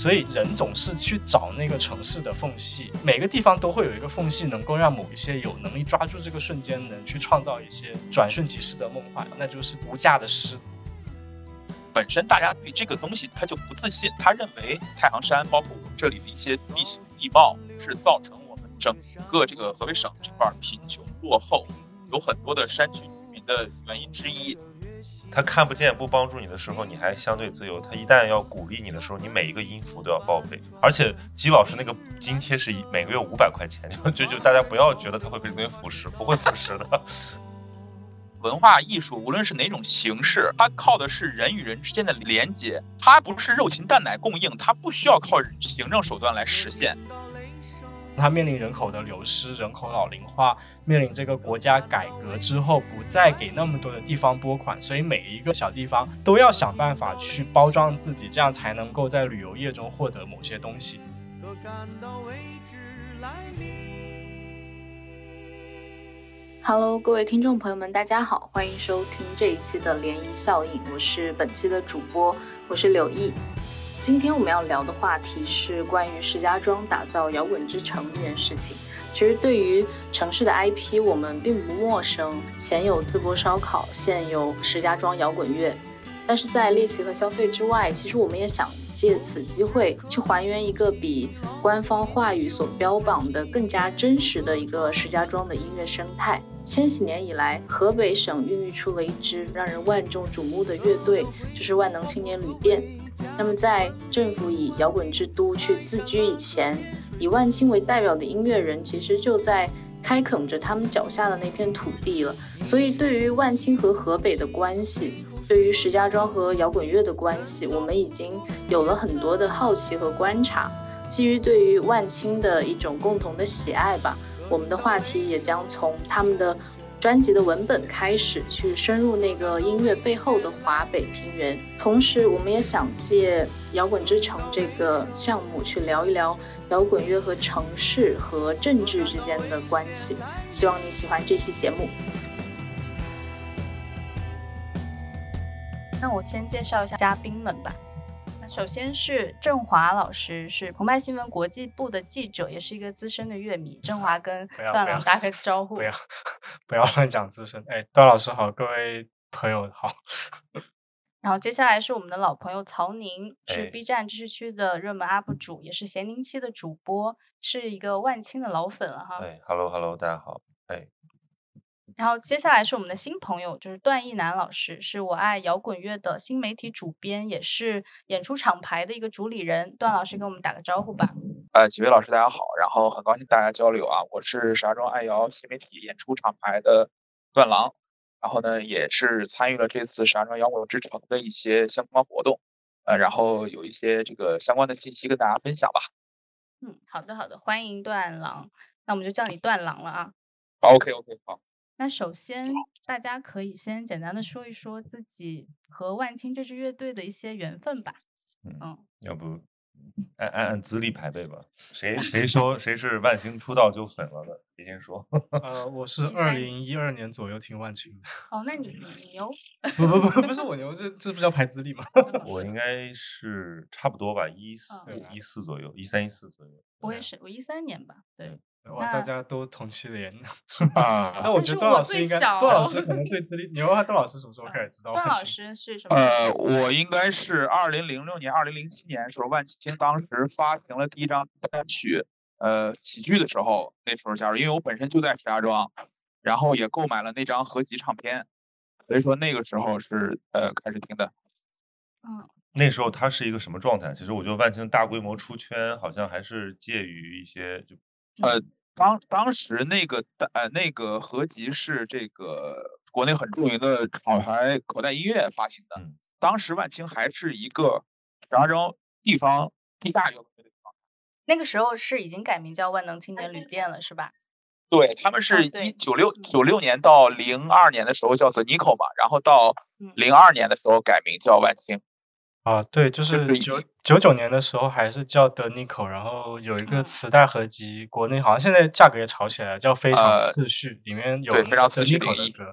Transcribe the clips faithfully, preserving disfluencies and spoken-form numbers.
所以人总是去找那个城市的缝隙，每个地方都会有一个缝隙，能够让某一些有能力抓住这个瞬间的人去创造一些转瞬即逝的梦幻，那就是无价的诗。 本身大家对这个东西他就不自信，他认为太行山包括我们这里的一些地形地貌是造成我们整个这个河北省这块贫穷落后有很多的山区居民的原因之一。 他看不见不帮助你的时候你还相对自由，他一旦要鼓励你的时候你每一个音符都要报备。而且姬老师那个津贴是每个月五百块钱，就就大家不要觉得他会被人腐蚀，不会腐蚀的。 文化艺术无论是哪种形式，它靠的是人与人之间的连接，它不是肉禽蛋奶供应，它不需要靠行政手段来实现。 它面临人口的流失，人口老龄化，面临这个国家改革之后不再给那么多的地方拨款，所以每一个小地方都要想办法去包装自己，这样才能够在旅游业中获得某些东西。 Hello， 各位听众朋友们，大家好，欢迎收听这一期的涟漪效应，我是本期的主播，我是柳毅。今天我们要聊的话题是关于石家庄打造摇滚之城这件事情。其实对于城市的 I P 我们并不陌生，前有淄博烧烤，现有石家庄摇滚乐。但是在猎奇和消费之外，其实我们也想借此机会去还原一个比官方话语所标榜的更加真实的一个石家庄的音乐生态。千禧年以来，河北省孕育出了一支让人万众瞩目的乐队，就是万能青年旅店。那么在政府以摇滚之都去自居以前，以万青为代表的音乐人其实就在开垦着他们脚下的那片土地了。所以对于万青和河北的关系，对于石家庄和摇滚乐的关系，我们已经有了很多的好奇和观察。基于对于万青的一种共同的喜爱吧，我们的话题也将从他们的专辑的文本开始，去深入那个音乐背后的华北平原。同时我们也想借摇滚之城这个项目去聊一聊摇滚乐和城市和政治之间的关系。希望你喜欢这期节目。那我先介绍一下嘉宾们吧。首先是郑华老师，是澎湃新闻国际部的记者，也是一个资深的乐迷。郑华跟段郎打个招呼。 不要不要乱讲资深。哎，段老师好，各位朋友好。 然后接下来是我们的老朋友曹宁，是 B 站知识区的热门 U P 主，也是咸宁期的主播，是一个万青的老粉了哈。 哎 ，Hello Hello， 大家好。哎。 然后接下来是我们的新朋友，就是段奕南老师，是我爱摇滚乐的新媒体主编，也是演出厂牌的一个主理人。段老师跟我们打个招呼吧。 呃，几位老师大家好，然后很高兴大家交流啊，我是石家庄爱摇新媒体演出厂牌的段郎，然后呢也是参与了这次石家庄摇滚之城的一些相关活动，呃，然后有一些这个相关的信息跟大家分享吧。 嗯，好的好的，欢迎段郎，那我们就叫你段郎了啊。 好 ，OK OK， 好。 那首先大家可以先简单的说一说自己和万青这支乐队的一些缘分吧。 嗯，嗯要不按按按资历排辈吧，谁谁说谁是万青出道就粉了的？你先说。 呃，我是二零一二年左右听万青的。 哦，那你你牛？ 不不不，不是我牛，这这不叫排资历吗？ 我应该是差不多吧，一四一四左右，一三一四左右。 我也是，我一三年吧，对。 哇，大家都同期的人啊！ 那我觉得段老师应该，段老师可能最资历。你问段老师什么时候开始知道？ 段老师是什么？ 呃，我应该是二零零六年、二零零七年的时候，万青当时发行了第一张单曲，呃，喜剧的时候，那时候加入，因为我本身就在石家庄，然后也购买了那张合集唱片，所以说那个时候是呃开始听的。 嗯。那时候他是一个什么状态？其实我觉得万青大规模出圈，好像还是介于一些就。 呃，当当时那个呃那个合集是这个国内很著名的厂牌口袋音乐发行的。嗯、当时万青还是一个石家庄地方地下摇滚乐的地方。 那个时候是已经改名叫万能青年旅店了，是吧？ 对，他们是一九六九六年到零二年的时候叫 The Nico 嘛，然后到零二年的时候改名叫万青。 啊，对，就是九九九年的时候还是叫 The Nico， 然后有一个磁带合集，国内好像现在价格也炒起来了，叫非常次序，呃、里面有 The Nico 的歌，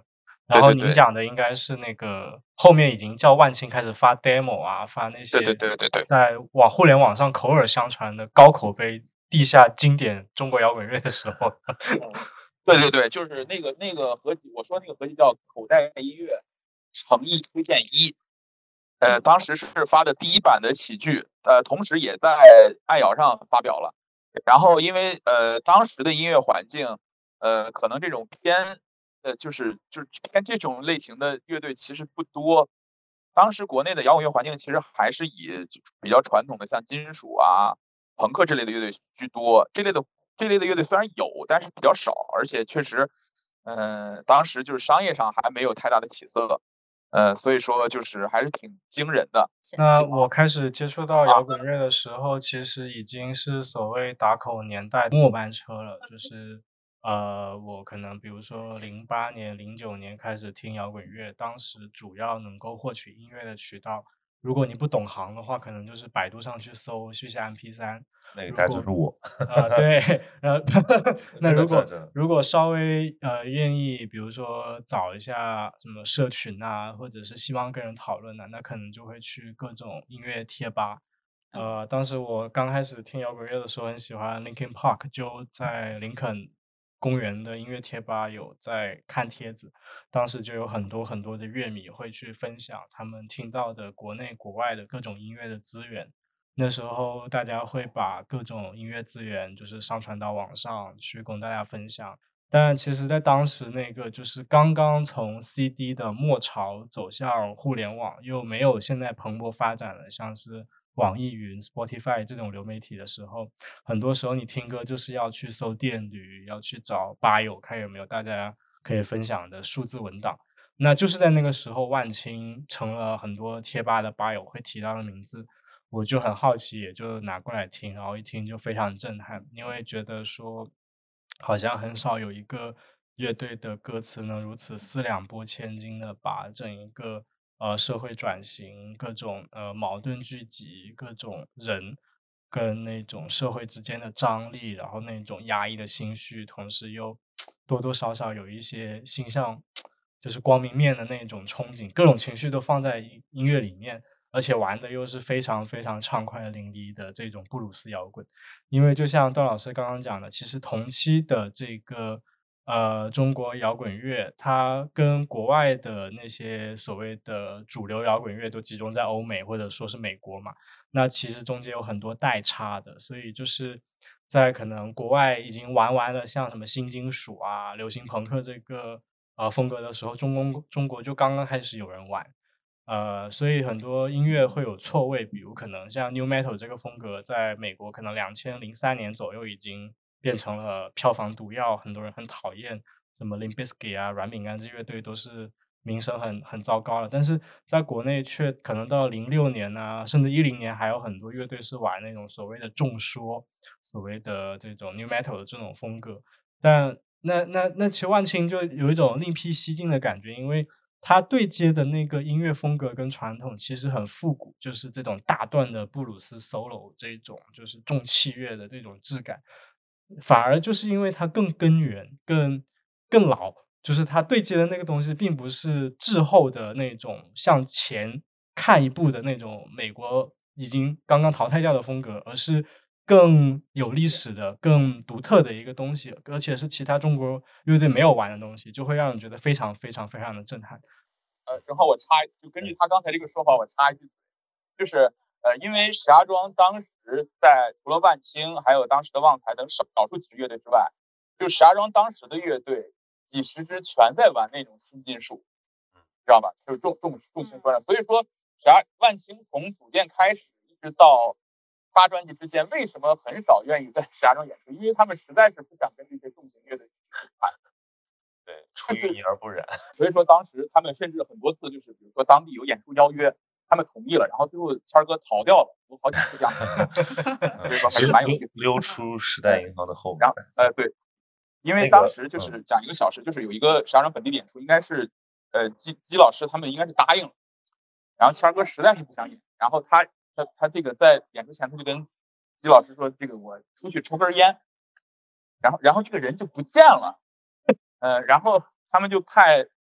然后您讲的应该是那个后面已经叫万青开始发 demo 啊，发那些对对对对对， 在网互联网上口耳相传的高口碑地下经典中国摇滚乐的时候。 对对对，就是那个那个合集，我说那个合集叫口袋音乐诚意推荐一，呃，当时是发的第一版的喜剧，呃，同时也在爱摇上发表了。然后因为呃当时的音乐环境，呃，可能这种偏呃就是就是偏这种类型的乐队其实不多。当时国内的摇滚乐环境其实还是以比较传统的像金属啊、朋克这类的乐队居多。这类的这类的乐队虽然有，但是比较少，而且确实，嗯、呃，当时就是商业上还没有太大的起色，呃，所以说就是还是挺惊人的。 那我开始接触到摇滚乐的时候，其实已经是所谓打口年代末班车了，就是呃，我可能比如说零八年、零九年开始听摇滚乐，当时主要能够获取音乐的渠道，如果你不懂行的话，可能就是百度上去搜去下 M P 三。 那个大家就是我。 呃，对，呃，那如果真的如果稍微呃愿意，比如说找一下什么社群啊，或者是希望跟人讨论的，那可能就会去各种音乐贴吧。呃，当时我刚开始听摇滚乐的时候，很喜欢 Linkin Park，就在林肯公园的音乐贴吧有在看帖子，当时就有很多很多的乐迷会去分享他们听到的国内国外的各种音乐的资源。那时候大家会把各种音乐资源就是上传到网上去供大家分享，但其实在当时那个就是刚刚从 C D 的末潮走向互联网，又没有现在蓬勃发展的像是网易云、Spotify 这种流媒体的时候，很多时候你听歌就是要去搜电驴，要去找吧友看有没有大家可以分享的数字文档。那就是在那个时候，万青成了很多贴吧的吧友会提到的名字，我就很好奇，也就拿过来听，然后一听就非常震撼，因为觉得说好像很少有一个乐队的歌词能如此四两拨千斤的把整一个呃社会转型、各种呃矛盾聚集、各种人跟那种社会之间的张力，然后那种压抑的心绪，同时又多多少少有一些心向就是光明面的那种憧憬，各种情绪都放在音乐里面。而且玩的又是非常非常畅快淋漓的这种布鲁斯摇滚。因为就像段老师刚刚讲的，其实同期的这个呃中国摇滚乐，它跟国外的那些所谓的主流摇滚乐都集中在欧美或者说是美国嘛，那其实中间有很多代差的，所以就是在可能国外已经玩完了像什么新金属啊、流行朋克这个呃风格的时候，中国中国就刚刚开始有人玩。呃，所以很多音乐会有错位，比如可能像 New Metal 这个风格，在美国可能两千零三年左右已经变成了票房毒药，很多人很讨厌，什么 Limp Bizkit 啊、软饼干这乐队都是名声很很糟糕了。但是在国内却可能到零六年啊，甚至一零年，还有很多乐队是玩那种所谓的重说，所谓的这种 New Metal 的这种风格。但那那那其实万青就有一种另辟蹊径的感觉，因为他对接的那个音乐风格跟传统其实很复古，就是这种大段的布鲁斯 solo 这种就是重器乐的这种质感，反而就是因为它更根源、更更老，就是他对接的那个东西并不是滞后的那种向前看一步的那种美国已经刚刚淘汰掉的风格，而是更有历史的、更独特的一个东西，而且是其他中国乐队没有玩的东西，就会让人觉得非常非常非常的震撼。 呃，正好我插，就根据他刚才这个说法，我插一句，就是呃，因为石家庄当时在除了万青，还有当时的旺财等少少数几支乐队之外，就石家庄当时的乐队几十支全在玩那种新金属，知道吧？就是重重重型说唱。所以说，石家万青从组建开始一直到发专辑之间，为什么很少愿意在石家庄演出？因为他们实在是不想跟这些重型乐队谈。 对，出淤泥而不染。 所以说当时他们甚至很多次就是，比如说当地有演出邀约，他们同意了，然后最后谦儿哥逃掉了，有好几次这样。所以说还是蛮有意思的。 溜出时代银行的后面。 然后呃对，因为当时就是讲一个小事，就是有一个石家庄本地演出，应该是呃姬姬老师他们应该是答应了，然后谦儿哥实在是不想演，然后他他他这个在演之前他就跟姬老师说，这个我出去抽根烟，然后然后这个人就不见了。呃，然后他们就派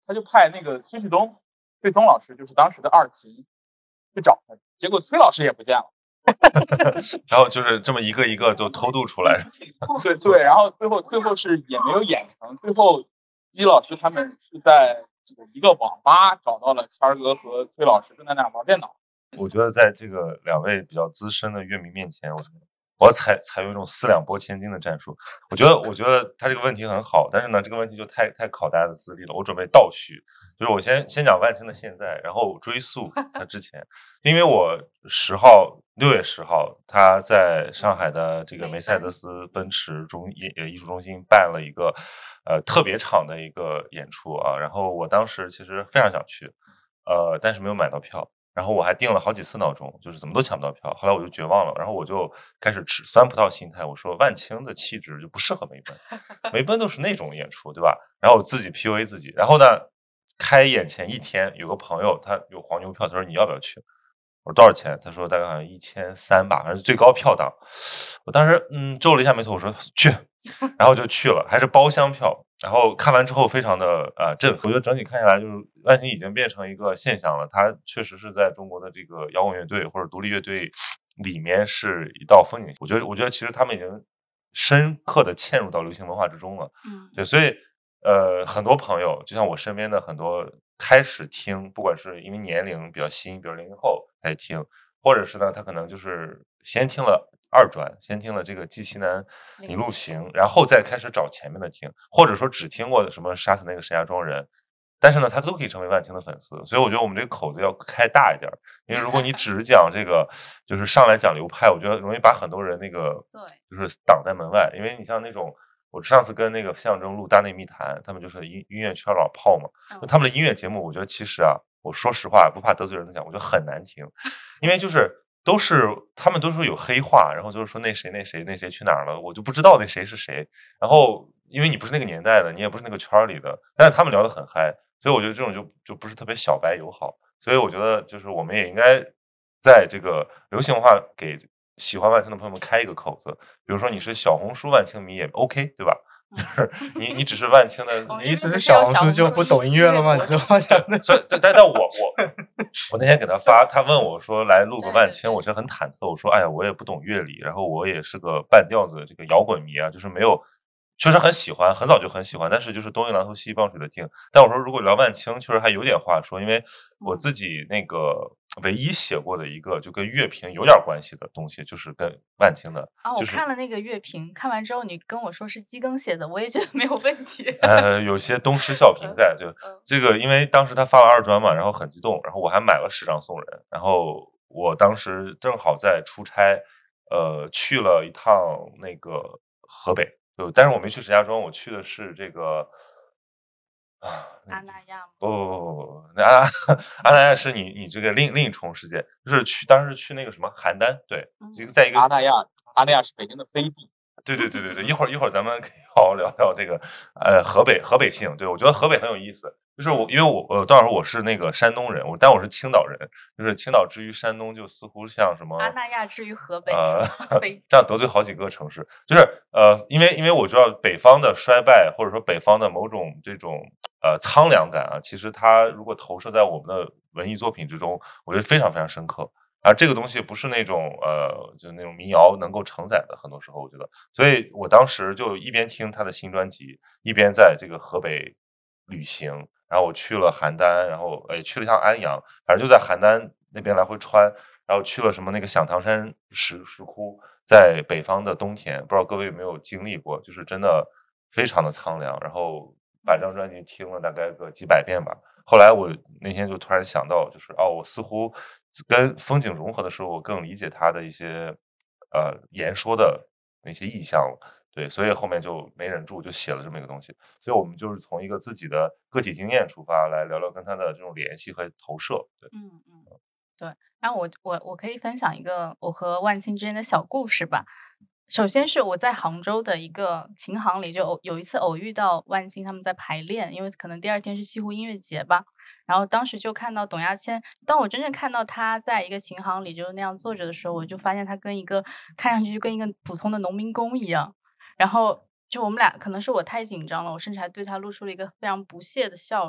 他就派那个崔旭东，崔东老师就是当时的二琴去找他，结果崔老师也不见了。 然后就是这么一个一个都偷渡出来。 对对，然后最后最后是也没有演成，最后姬老师他们是在一个网吧找到了谦哥和崔老师正在那玩电脑。 我觉得在这个两位比较资深的乐迷面前，我我要采采用一种四两拨千斤的战术。我觉得我觉得他这个问题很好，但是呢这个问题就太太考大家的资历了。我准备倒叙，就是我先先讲万青的现在，然后追溯他之前。因为我十号六月十号他在上海的这个梅赛德斯奔驰中艺术中心办了一个呃特别场的一个演出啊，然后我当时其实非常想去，呃但是没有买到票。然后我还定了好几次闹钟，就是怎么都抢不到票。后来我就绝望了，然后我就开始吃酸葡萄心态。我说万青的气质就不适合梅奔，梅奔都是那种演出，对吧？然后我自己 P U A 自己。然后呢，开演前一天，有个朋友他有黄牛票，他说你要不要去？我说多少钱？他说大概好像一千三吧，反正最高票档。我当时嗯皱了一下眉头，我说去，然后就去了，还是包厢票。然后看完之后非常的呃震撼，我觉得整体看下来就是万青已经变成一个现象了，它确实是在中国的这个摇滚乐队或者独立乐队里面是一道风景线。我觉得我觉得其实他们已经深刻的嵌入到流行文化之中了。 嗯， 对，所以呃很多朋友就像我身边的很多开始听，不管是因为年龄比较新，比如零零后来听，或者是呢他可能就是先听了二专，先听了这个纪西南一路行，然后再开始找前面的听，或者说只听过什么杀死那个石家庄人，但是呢他都可以成为万青的粉丝。所以我觉得我们这个口子要开大一点，因为如果你只讲这个就是上来讲流派，我觉得容易把很多人那个对就是挡在门外。因为你像那种我上次跟那个象征录大内密谈，他们就是音音乐圈老炮嘛， 嗯、 他们的音乐节目我觉得其实啊，我说实话不怕得罪人的讲，我觉得很难听。因为就是都是他们都说有黑话，然后就是说那谁那谁那谁去哪儿了，我就不知道那谁是谁。然后因为你不是那个年代的，你也不是那个圈里的，但是他们聊得很嗨，所以我觉得这种就就不是特别小白友好。所以我觉得就是我们也应该在这个流行文化给喜欢万青的朋友们开一个口子，比如说你是小红书万青迷也 OK， 对吧？就是你你只是万青的， 你意思是小红书就不懂音乐了吗？你这话讲的。 所以但但我我我那天给他发，他问我说来录个万青，我其实很忐忑，我说哎呀我也不懂乐理，然后我也是个半吊子这个摇滚迷啊，就是没有确实很喜欢，很早就很喜欢，但是就是东一榔头西一棒槌的听。但我说如果聊万青，确实还有点话说，因为我自己那个唯一写过的一个就跟乐评有点关系的东西，就是跟万青的。 啊， 就是、 我看了那个乐评，看完之后你跟我说是基庚写的，我也觉得没有问题。 呃，有些东施效颦在，就这个，因为当时他发了二专嘛，然后很激动，然后我还买了十张送人，然后我当时正好在出差，呃，去了一趟那个河北。就但是我没去石家庄，我去的是这个啊， 阿那亚吗？ 不不不不不，那阿阿那亚是你你这个另另一重世界，就是去当时去那个什么邯郸，对，这个在一个阿那亚，阿那亚是北京的飞地。 对对对对对，一会儿一会儿咱们可以好好聊聊这个呃河北河北性。对，我觉得河北很有意思，就是我因为我呃当时我是那个山东人，我但我是青岛人，就是青岛至于山东就似乎像什么阿那亚至于河北， 呃北这样得罪好几个城市，就是呃因为因为我知道北方的衰败或者说北方的某种这种呃苍凉感啊，其实它如果投射在我们的文艺作品之中，我觉得非常非常深刻。而这个东西不是那种呃，就那种民谣能够承载的，很多时候我觉得，所以我当时就一边听他的新专辑，一边在这个河北旅行，然后我去了邯郸，然后诶去了一趟安阳，反正就在邯郸那边来回穿，然后去了什么那个响堂山石石窟，在北方的冬天，不知道各位有没有经历过，就是真的非常的苍凉，然后把这张专辑听了大概个几百遍吧。后来我那天就突然想到，就是哦，我似乎跟风景融合的时候，我更理解他的一些呃言说的那些意象了。对，所以后面就没忍住，就写了这么一个东西。所以我们就是从一个自己的个体经验出发，来聊聊跟他的这种联系和投射。对， 嗯嗯，对。然后我我我可以分享一个我和万青之间的小故事吧。首先是我在杭州的一个琴行里，就偶有一次偶遇到万青他们在排练，因为可能第二天是西湖音乐节吧。然后当时就看到董亚千，当我真正看到他在一个琴行里就那样坐着的时候，我就发现他跟一个看上去就跟一个普通的农民工一样。然后就我们俩可能是我太紧张了，我甚至还对他露出了一个非常不屑的笑容。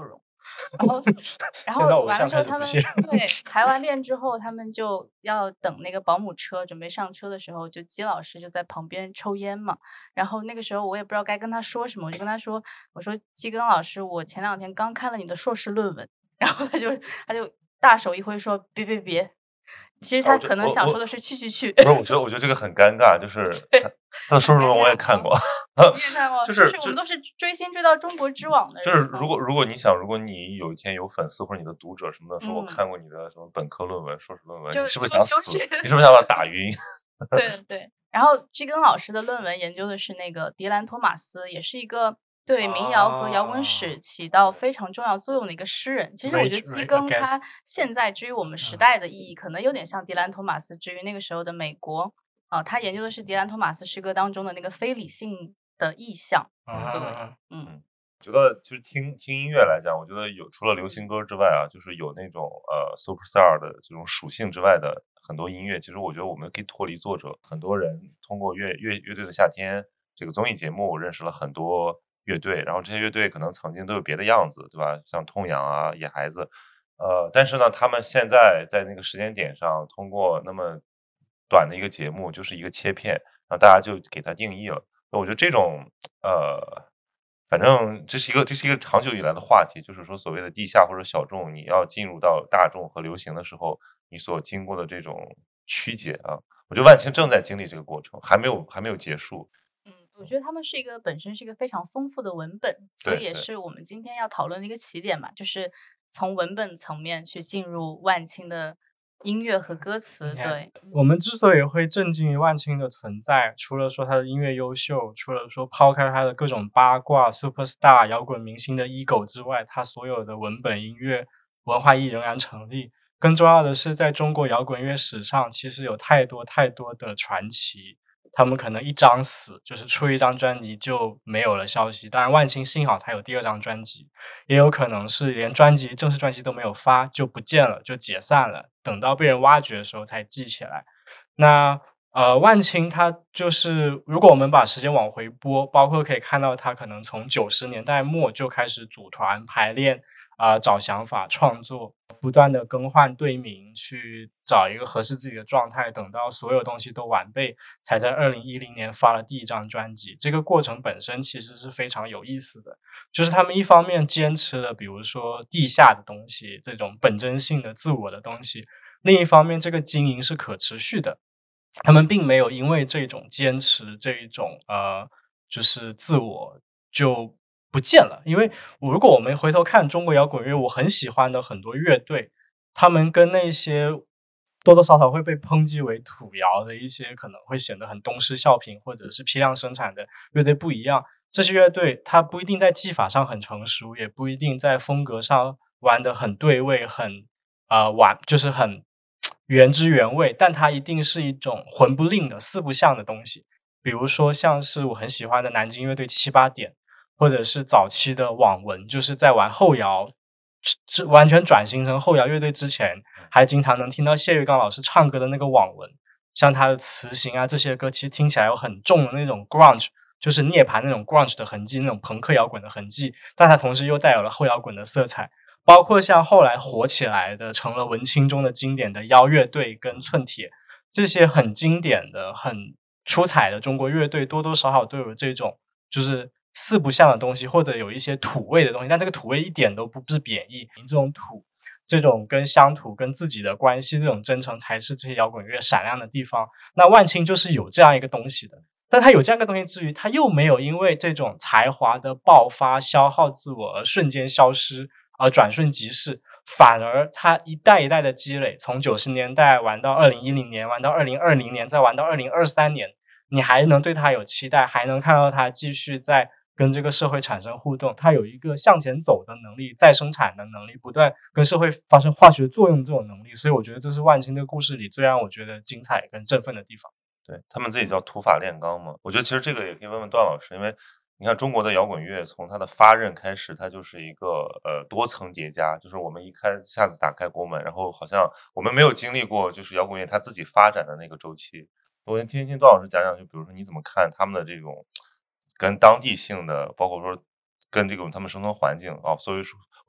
然后，然后现在偶像完了之后，他们开始不屑。 对排完练之后，他们就要等那个保姆车准备上车的时候，就姬老师就在旁边抽烟嘛。然后那个时候我也不知道该跟他说什么，我就跟他说：“我说姬庚老师，我前两天刚看了你的硕士论文。”然后他就他就大手一挥说：“别别别。”其实他可能想说的是去去去。 不是，我觉得我觉得这个很尴尬，就是他他的硕士论文我也看过， 你也看过， 就是我们都是追星追到中国知网的人。 就是如果如果你想，如果你有一天有粉丝或者你的读者什么的说，我看过你的什么本科论文、硕士论文，你是不是想死？你是不是想把他打晕？ 对对。然后基庚老师的论文研究的是那个迪兰托马斯，也是一个对民谣和摇滚史起到非常重要作用的一个诗人。其实我觉得基庚他现在至于我们时代的意义，可能有点像迪兰托马斯至于那个时候的美国啊。他研究的是迪兰托马斯诗歌当中的那个非理性的意象。对，嗯。 觉得其实听听音乐来讲，我觉得有除了流行歌之外啊，就是有那种呃 superstar 的这种属性之外的很多音乐，其实我觉得我们可以脱离作者。很多人通过乐乐乐队的夏天这个综艺节目认识了很多乐队，然后这些乐队可能曾经都有别的样子，对吧？像痛仰啊、野孩子，呃，但是呢，他们现在在那个时间点上，通过那么短的一个节目，就是一个切片，然后大家就给它定义了。我觉得这种呃。反正这是一个这是一个长久以来的话题，就是说所谓的地下或者小众，你要进入到大众和流行的时候，你所经过的这种曲解啊，我觉得万青正在经历这个过程，还没有还没有结束。 嗯，我觉得他们是一个本身是一个非常丰富的文本，所以也是我们今天要讨论的一个起点嘛，就是从文本层面去进入万青的音乐和歌词。对， 我们之所以会震惊于万青的存在，除了说他的音乐优秀，除了说抛开他的各种八卦 superstar 摇滚明星的 ego 之外，他所有的文本音乐文化意义仍然成立。更重要的是，在中国摇滚乐史上，其实有太多太多的传奇，他们可能一张死，就是出一张专辑就没有了消息。当然万青幸好他有第二张专辑，也有可能是连专辑正式专辑都没有发就不见了，就解散了，等到被人挖掘的时候才记起来。那呃，万青他就是如果我们把时间往回拨，包括可以看到他可能从九十年代末就开始组团排练啊、呃，找想法创作，不断的更换队名，去找一个合适自己的状态，等到所有东西都完备，才在二零一零年发了第一张专辑。这个过程本身其实是非常有意思的，就是他们一方面坚持了比如说地下的东西，这种本真性的自我的东西，另一方面这个经营是可持续的，他们并没有因为这种坚持这一种呃就是自我就不见了。因为如果我们回头看中国摇滚乐，我很喜欢的很多乐队，他们跟那些多多少少会被抨击为土摇的一些可能会显得很东施效颦或者是批量生产的乐队不一样。这些乐队它不一定在技法上很成熟，也不一定在风格上玩得很对位，很呃玩就是很原汁原味，但它一定是一种魂不吝的四不像的东西。比如说像是我很喜欢的南京乐队七八点，或者是早期的网文，就是在玩后摇完全转型成后摇乐队之前，还经常能听到谢玉刚老师唱歌的那个网文，像他的词行啊，这些歌其实听起来有很重的那种 grunge， 就是涅槃那种 grunge 的痕迹，那种朋克摇滚的痕迹，但它同时又带有了后摇滚的色彩。包括像后来火起来的成了文青中的经典的妖乐队跟寸铁，这些很经典的很出彩的中国乐队多多少少都有这种就是四不像的东西，或者有一些土味的东西，但这个土味一点都不是贬义，这种土这种跟乡土跟自己的关系，这种真诚才是这些摇滚乐闪亮的地方。那万青就是有这样一个东西的，但他有这样一个东西之余，他又没有因为这种才华的爆发消耗自我而瞬间消失而转瞬即逝，反而他一代一代的积累，从九十年代玩到二零一零年，玩到二零二零年，再玩到二零二三年，你还能对他有期待，还能看到他继续在跟这个社会产生互动，他有一个向前走的能力，再生产的能力，不断跟社会发生化学作用的这种能力。所以我觉得这是万青这个故事里最让我觉得精彩跟振奋的地方。 对，他们自己叫土法炼钢嘛，我觉得其实这个也可以问问段老师，因为你看中国的摇滚乐从它的发轫开始，它就是一个呃多层叠加，就是我们一开一下子打开国门，然后好像我们没有经历过就是摇滚乐它自己发展的那个周期。我先听听段老师讲讲，就比如说你怎么看他们的这种跟当地性的，包括说跟这种他们生存环境啊，所以说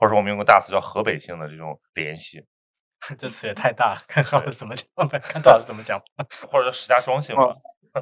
或者说我们用个大词叫河北性的这种联系。 这词也太大了，看浩子怎么讲吧，看杜老师怎么讲， 或者叫石家庄性吧。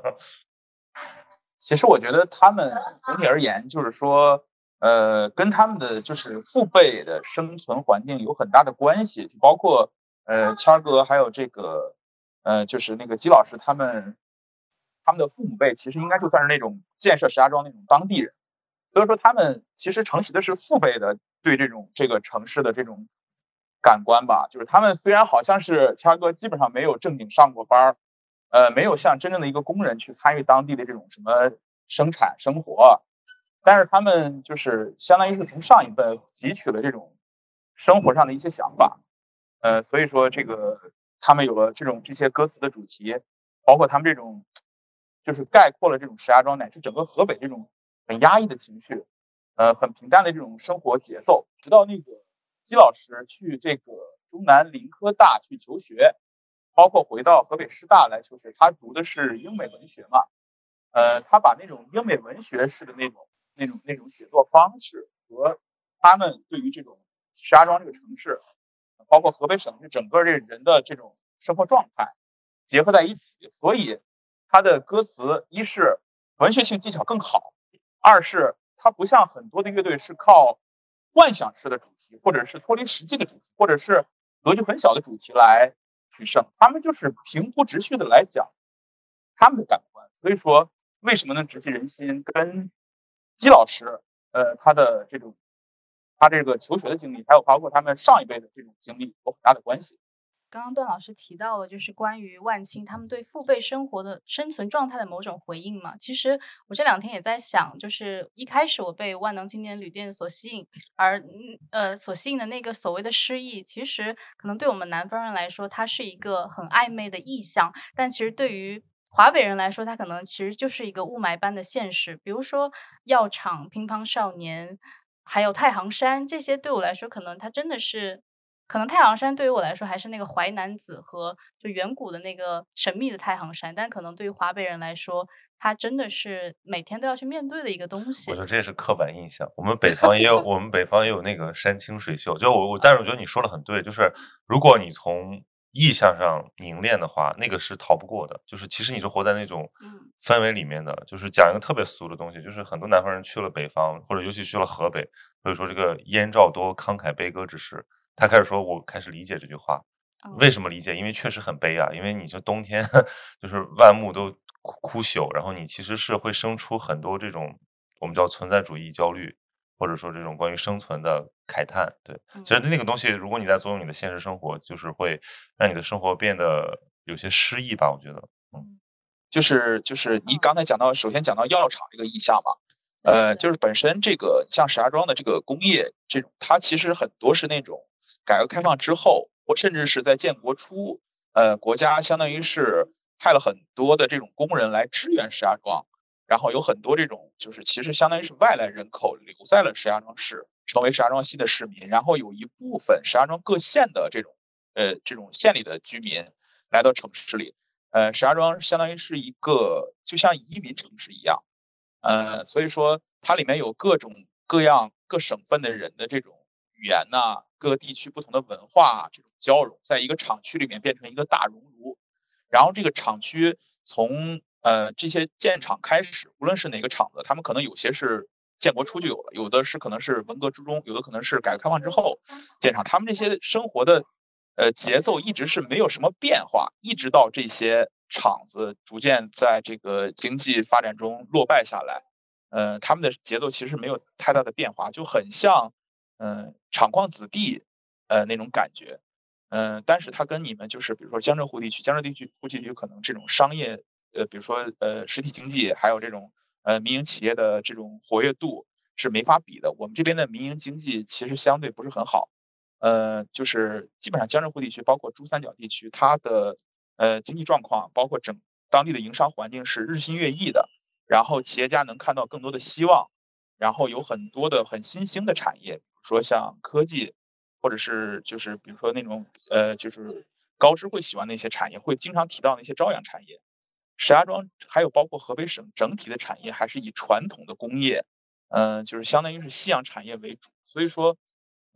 其实我觉得他们总体而言，就是说，呃，跟他们的就是父辈的生存环境有很大的关系，就包括呃谦儿哥还有这个呃就是那个姬老师他们他们的父母辈，其实应该就算是那种建设石家庄那种当地人，所以说他们其实承袭的是父辈的对这种这个城市的这种感官吧，就是他们虽然好像是谦儿哥基本上没有正经上过班儿，呃，没有像真正的一个工人去参与当地的这种什么生产生活，但是他们就是相当于是从上一辈汲取了这种生活上的一些想法，呃，所以说这个他们有了这种这些歌词的主题，包括他们这种就是概括了这种石家庄乃至整个河北这种很压抑的情绪，呃，很平淡的这种生活节奏，直到那个姬老师去这个中南林科大去求学，包括回到河北师大来求学，他读的是英美文学嘛，呃，他把那种英美文学式的那种那种那种写作方式和他们对于这种石家庄这个城市，包括河北省这整个这人的这种生活状态结合在一起，所以他的歌词一是文学性技巧更好，二是它不像很多的乐队是靠幻想式的主题，或者是脱离实际的主题，或者是格局很小的主题来取胜，他们就是平铺直叙的来讲他们的感官。所以说为什么能直击人心，跟姬老师呃他的这种他这个求学的经历，还有包括他们上一辈的这种经历有很大的关系。 刚刚段老师提到了，就是关于万青他们对父辈生活的生存状态的某种回应嘛。其实我这两天也在想，就是一开始我被万能青年旅店所吸引，而呃所吸引的那个所谓的诗意，其实可能对我们南方人来说，它是一个很暧昧的意象，但其实对于华北人来说，它可能其实就是一个雾霾般的现实。比如说药厂、乒乓少年，还有太行山，这些对我来说，可能它真的是。可能太行山对于我来说还是那个淮南子和就远古的那个神秘的太行山，但可能对于华北人来说，它真的是每天都要去面对的一个东西。 我觉得这也是刻板印象。我们北方也有，我们北方也有那个山清水秀。就我，我，但是我觉得你说的很对，就是如果你从意象上凝练的话，那个是逃不过的。就是其实你是活在那种氛围里面的。就是讲一个特别俗的东西，就是很多南方人去了北方，或者尤其去了河北，所以说这个燕赵多慷慨悲歌之士。他开始说，我开始理解这句话，为什么理解？因为确实很悲啊，因为你说冬天就是万木都枯朽，然后你其实是会生出很多这种我们叫存在主义焦虑，或者说这种关于生存的慨叹。对，其实那个东西，如果你在作用你的现实生活，就是会让你的生活变得有些诗意吧，我觉得。嗯， 就是就是你刚才讲到，首先讲到药厂这个意象嘛。呃，就是本身这个像石家庄的这个工业，这种它其实很多是那种改革开放之后，或甚至是在建国初，呃，国家相当于是派了很多的这种工人来支援石家庄，然后有很多这种就是其实相当于是外来人口留在了石家庄市，成为石家庄新的市民，然后有一部分石家庄各县的这种呃这种县里的居民来到城市里，呃，石家庄相当于是一个就像移民城市一样。呃，所以说它里面有各种各样各省份的人的这种语言呐、啊，各个地区不同的文化这种交融，在一个厂区里面变成一个大熔炉。然后这个厂区从呃这些建厂开始，无论是哪个厂子，他们可能有些是建国初就有了，有的是可能是文革之中，有的可能是改革开放之后建厂，他们这些生活的呃节奏一直是没有什么变化，一直到这些厂子逐渐在这个经济发展中落败下来，呃，他们的节奏其实没有太大的变化，就很像，嗯、呃，厂矿子弟，呃，那种感觉，嗯、呃，但是它跟你们就是比如说江浙沪地区，江浙地区沪地区可能这种商业，呃，比如说呃实体经济，还有这种呃民营企业的这种活跃度是没法比的。我们这边的民营经济其实相对不是很好，呃，就是基本上江浙沪地区，包括珠三角地区，它的呃，经济状况，包括整当地的营商环境是日新月异的，然后企业家能看到更多的希望，然后有很多的很新兴的产业，比如说像科技，或者是就是比如说那种呃，就是高知会喜欢的一些产业，会经常提到那些朝阳产业。石家庄还有包括河北省整体的产业还是以传统的工业，嗯、呃，就是相当于是夕阳产业为主，所以说，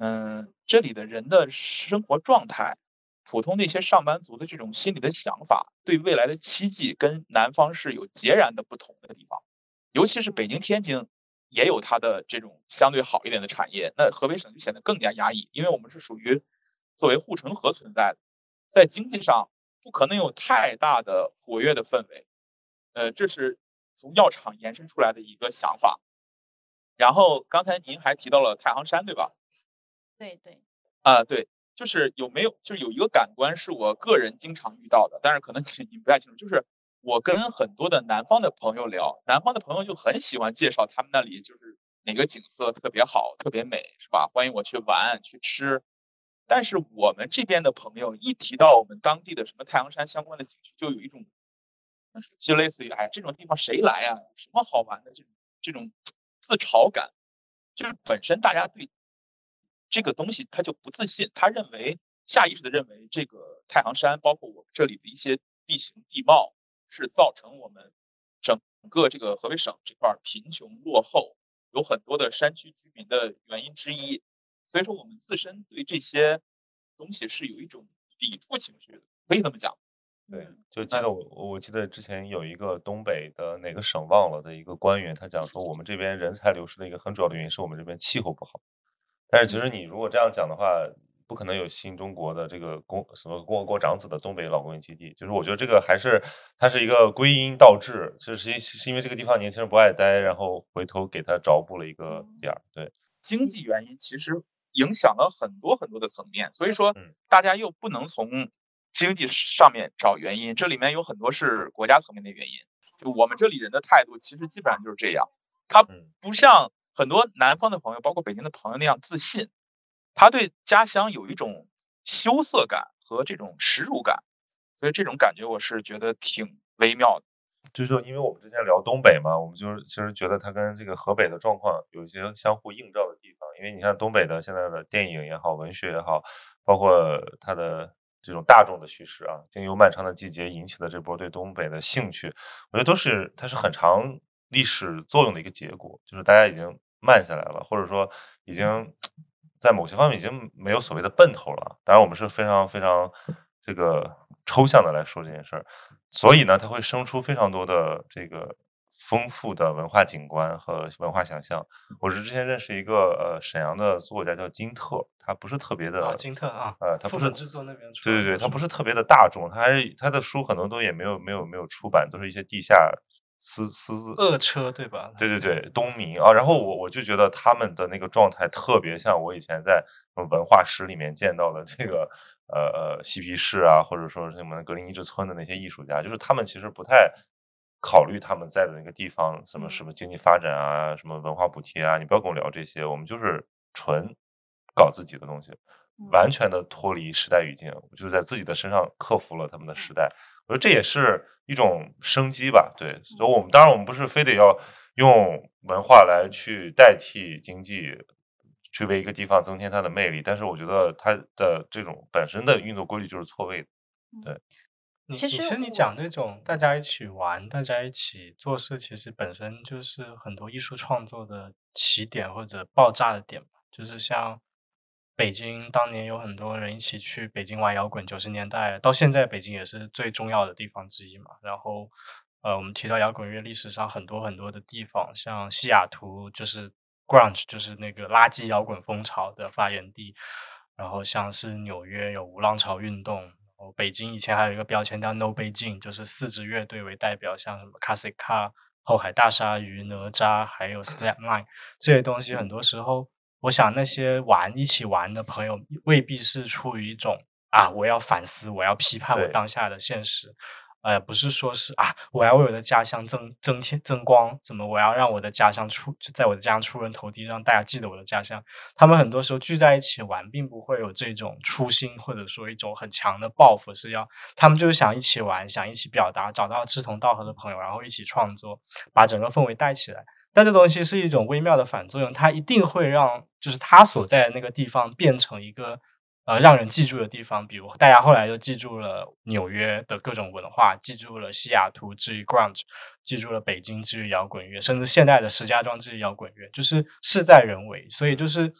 嗯，这里的人的生活状态，普通的一些上班族的这种心理的想法，对未来的期冀跟南方是有截然的不同的地方。尤其是北京、天津也有它的这种相对好一点的产业，那河北省就显得更加压抑，因为我们是属于作为护城河存在的，在经济上不可能有太大的活跃的氛围。呃，这是从药厂延伸出来的一个想法。然后刚才您还提到了太行山，对吧？ 对对。 啊，对，就是有没有就是有一个感官是我个人经常遇到的，但是可能你不太清楚，就是我跟很多的南方的朋友聊，南方的朋友就很喜欢介绍他们那里就是哪个景色特别好、特别美，是吧？欢迎我去玩、去吃。但是我们这边的朋友一提到我们当地的什么太行山相关的景区，就有一种就类似于哎，这种地方谁来啊？什么好玩的这种这种自嘲感，就是本身大家对这个东西他就不自信，他认为下意识的认为这个太行山，包括我们这里的一些地形地貌，是造成我们整个这个河北省这块贫穷落后，有很多的山区居民的原因之一。所以说我们自身对这些东西是有一种抵触情绪的，可以这么讲。 对，就记得我我记得之前有一个东北的哪个省忘了的一个官员，他讲说我们这边人才流失的一个很主要的原因是我们这边气候不好。但是其实你如果这样讲的话，不可能有新中国的这个共什么共和国长子的东北老工业基地。就是我觉得这个还是它是一个归因倒置，就是是因为这个地方年轻人不爱待，然后回头给他找补了一个点儿。对， 经济原因其实影响了很多很多的层面，所以说大家又不能从经济上面找原因，这里面有很多是国家层面的原因。就我们这里人的态度其实基本上就是这样，他不像很多南方的朋友包括北京的朋友那样自信，他对家乡有一种羞涩感和这种耻辱感，所以这种感觉我是觉得挺微妙的。 就是说因为我们之前聊东北嘛，我们就是其实觉得它跟这个河北的状况有一些相互映照的地方。因为你看东北的现在的电影也好，文学也好，包括它的这种大众的叙事啊，经由漫长的季节引起的这波对东北的兴趣，我觉得都是它是很长历史作用的一个结果，就是大家已经慢下来了，或者说已经在某些方面已经没有所谓的奔头了。当然我们是非常非常这个抽象的来说这件事儿，所以呢它会生出非常多的这个丰富的文化景观和文化想象。我是之前认识一个呃沈阳的作家叫金特，他不是特别的、 啊、金特啊， 呃，他不是制作那边出， 对对对，他不是特别的大众，他还是他的书很多都也没有没有没有出版，都是一些地下私私自恶车对吧？ 对对对，东明啊，然后我我就觉得他们的那个状态特别像我以前在文化史里面见到的这个呃呃嬉皮士啊，或者说什么格林尼治村的那些艺术家，就是他们其实不太考虑他们在的那个地方什么什么经济发展啊，什么文化补贴啊，你不要跟我聊这些，我们就是纯搞自己的东西，完全的脱离时代语境，就是在自己的身上克服了他们的时代。我觉得这也是一种生机吧。对，所以我们当然我们不是非得要用文化来去代替经济，去为一个地方增添它的魅力，但是我觉得它的这种本身的运作规律就是错位的。对， 你其实你讲这种大家一起玩，大家一起做事，其实本身就是很多艺术创作的起点或者爆炸的点吧。就是像北京当年有很多人一起去北京玩摇滚，九十年代到现在北京也是最重要的地方之一嘛。然后呃，我们提到摇滚乐历史上很多很多的地方，像西雅图就是 grunge 就是那个垃圾摇滚风潮的发源地，然后像是纽约有无浪潮运动，然后北京以前还有一个标签叫 No 北京，就是四支乐队为代表，像什么 Kasika、后海大鲨鱼、哪吒还有 Slapline 这些东西，很多时候我想那些玩一起玩的朋友未必是出于一种啊我要反思我要批判我当下的现实，呃，不是说是啊我要为我的家乡增增添增光，怎么我要让我的家乡出在我的家乡出人头地，让大家记得我的家乡。他们很多时候聚在一起玩并不会有这种初心，或者说一种很强的抱负，是要他们就是想一起玩，想一起表达，找到志同道合的朋友，然后一起创作，把整个氛围带起来。但这东西是一种微妙的反作用，它一定会让就是他所在的那个地方变成一个呃让人记住的地方。比如大家后来就记住了纽约的各种文化，记住了西雅图至于 grunge， 记住了北京至于摇滚乐，甚至现代的石家庄至于摇滚乐，就是事在人为。所以就是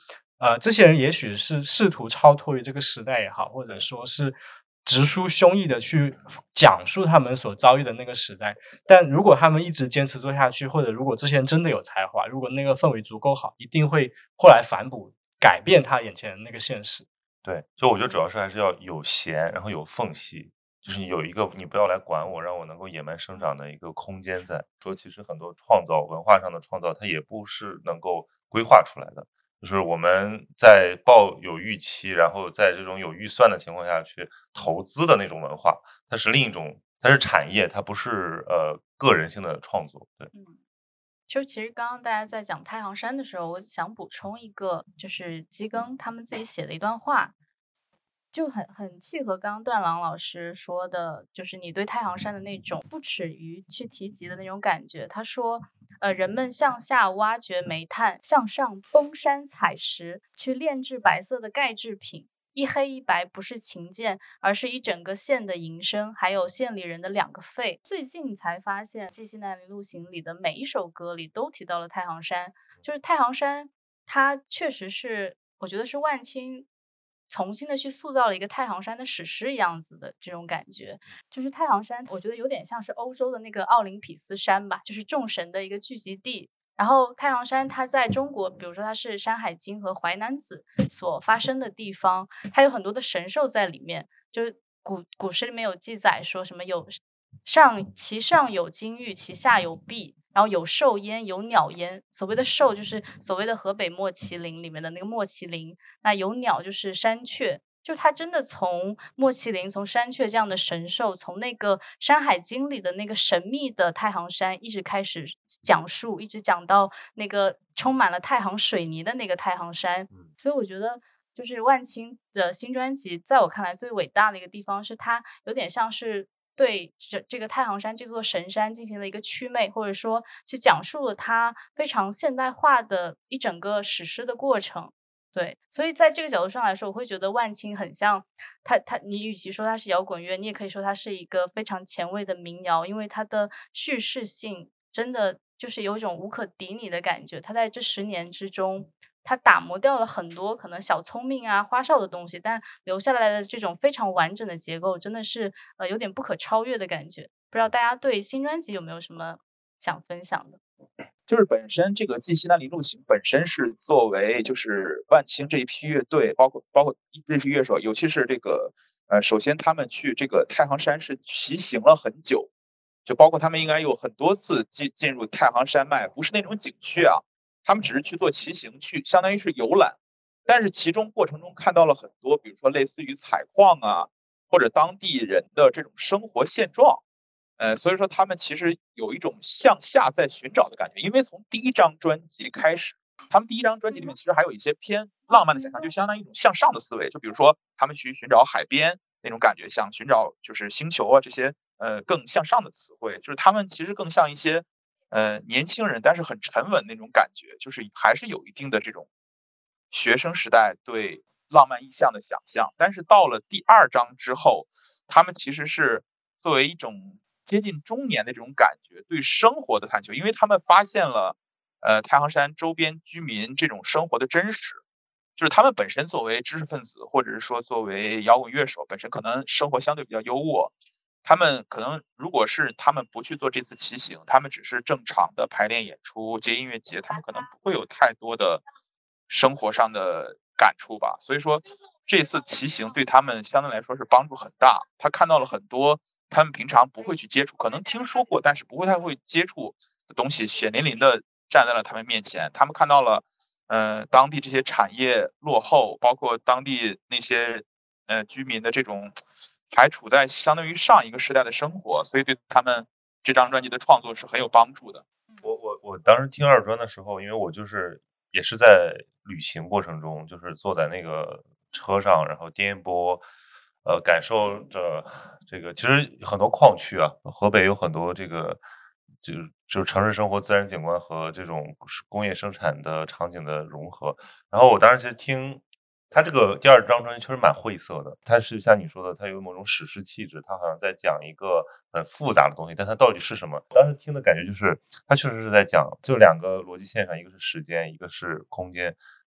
呃，这些人也许是试图超脱于这个时代也好，或者说是直抒胸臆的去讲述他们所遭遇的那个时代，但如果他们一直坚持做下去，或者如果这些人真的有才华，如果那个氛围足够好，一定会后来反哺改变他眼前的那个现实。 对，所以我觉得主要是还是要有弦，然后有缝隙，就是有一个你不要来管我，让我能够野蛮生长的一个空间在。说其实很多创造，文化上的创造，它也不是能够规划出来的，就是我们在抱有预期，然后在这种有预算的情况下去投资的那种文化，它是另一种，它是产业，它不是呃个人性的创作。对， 嗯，就其实刚刚大家在讲太行山的时候，我想补充一个，就是基庚他们自己写的一段话，就很很契合刚刚段郎老师说的，就是你对太行山的那种不耻于去提及的那种感觉。他说，呃，人们向下挖掘煤炭，向上崩山采石，去炼制白色的钙制品。一黑一白不是琴键，而是一整个县的营生，还有县里人的两个肺。最近才发现，《记西南林路行》里的每一首歌里都提到了太行山，就是太行山，它确实是，我觉得是万青重新的去塑造了一个太行山的史诗一样子的这种感觉。就是太行山，我觉得有点像是欧洲的那个奥林匹斯山吧，就是众神的一个聚集地。然后太行山它在中国，比如说它是《山海经》和《淮南子》所发生的地方，它有很多的神兽在里面，就是古古诗里面有记载说什么有上其上有金玉，其下有璧，然后有兽焉，有鸟焉。所谓的兽就是所谓的河北莫麒麟里面的那个莫麒麟，那有鸟就是山雀。就他真的从莫麒麟、从山雀这样的神兽，从那个《山海经》里的那个神秘的太行山一直开始讲述，一直讲到那个充满了太行水泥的那个太行山。所以我觉得就是万青的新专辑在我看来最伟大的一个地方是它有点像是对这这个太行山这座神山进行了一个祛魅，或者说去讲述了它非常现代化的一整个史诗的过程。对，所以在这个角度上来说，我会觉得万青很像他他你与其说它是摇滚乐，你也可以说它是一个非常前卫的民谣，因为它的叙事性真的就是有一种无可抵拟的感觉。他在这十年之中，他打磨掉了很多可能小聪明啊花哨的东西，但留下来的这种非常完整的结构真的是呃有点不可超越的感觉。不知道大家对新专辑有没有什么想分享的？ 就是本身这个《记西南林路行》本身是作为就是万青这一批乐队，包括包括这批乐手，尤其是这个呃，首先他们去这个太行山是骑行了很久，就包括他们应该有很多次进进入太行山脉，不是那种景区啊，他们只是去做骑行，去相当于是游览，但是其中过程中看到了很多，比如说类似于采矿啊，或者当地人的这种生活现状。呃，所以说他们其实有一种向下在寻找的感觉，因为从第一张专辑开始，他们第一张专辑里面其实还有一些偏浪漫的想象，就相当于一种向上的思维，就比如说他们去寻找海边那种感觉，想寻找就是星球啊这些呃更向上的词汇，就是他们其实更像一些呃年轻人，但是很沉稳那种感觉，就是还是有一定的这种学生时代对浪漫意象的想象。但是到了第二章之后，他们其实是作为一种接近中年的这种感觉，对生活的探求，因为他们发现了，呃，太行山周边居民这种生活的真实，就是他们本身作为知识分子，或者是说作为摇滚乐手，本身可能生活相对比较优渥，他们可能如果是他们不去做这次骑行，他们只是正常的排练演出、接音乐节，他们可能不会有太多的生活上的感触吧。所以说，这次骑行对他们相对来说是帮助很大，他看到了很多他们平常不会去接触，可能听说过，但是不会太会接触的东西，血淋淋的站在了他们面前。他们看到了，呃，当地这些产业落后，包括当地那些呃居民的这种还处在相当于上一个时代的生活，所以对他们这张专辑的创作是很有帮助的。 我我我当时听二专的时候，因为我就是也是在旅行过程中，就是坐在那个车上，然后颠簸。呃，感受着这个，其实很多矿区啊，河北有很多这个，就就是城市生活、自然景观和这种工业生产的场景的融合。然后我当时其实听他这个第二张专辑确实蛮晦涩的，它是像你说的，它有某种史诗气质，它好像在讲一个很复杂的东西，但它到底是什么？当时听的感觉就是，它确实是在讲，就两个逻辑线上，一个是时间，一个是空间。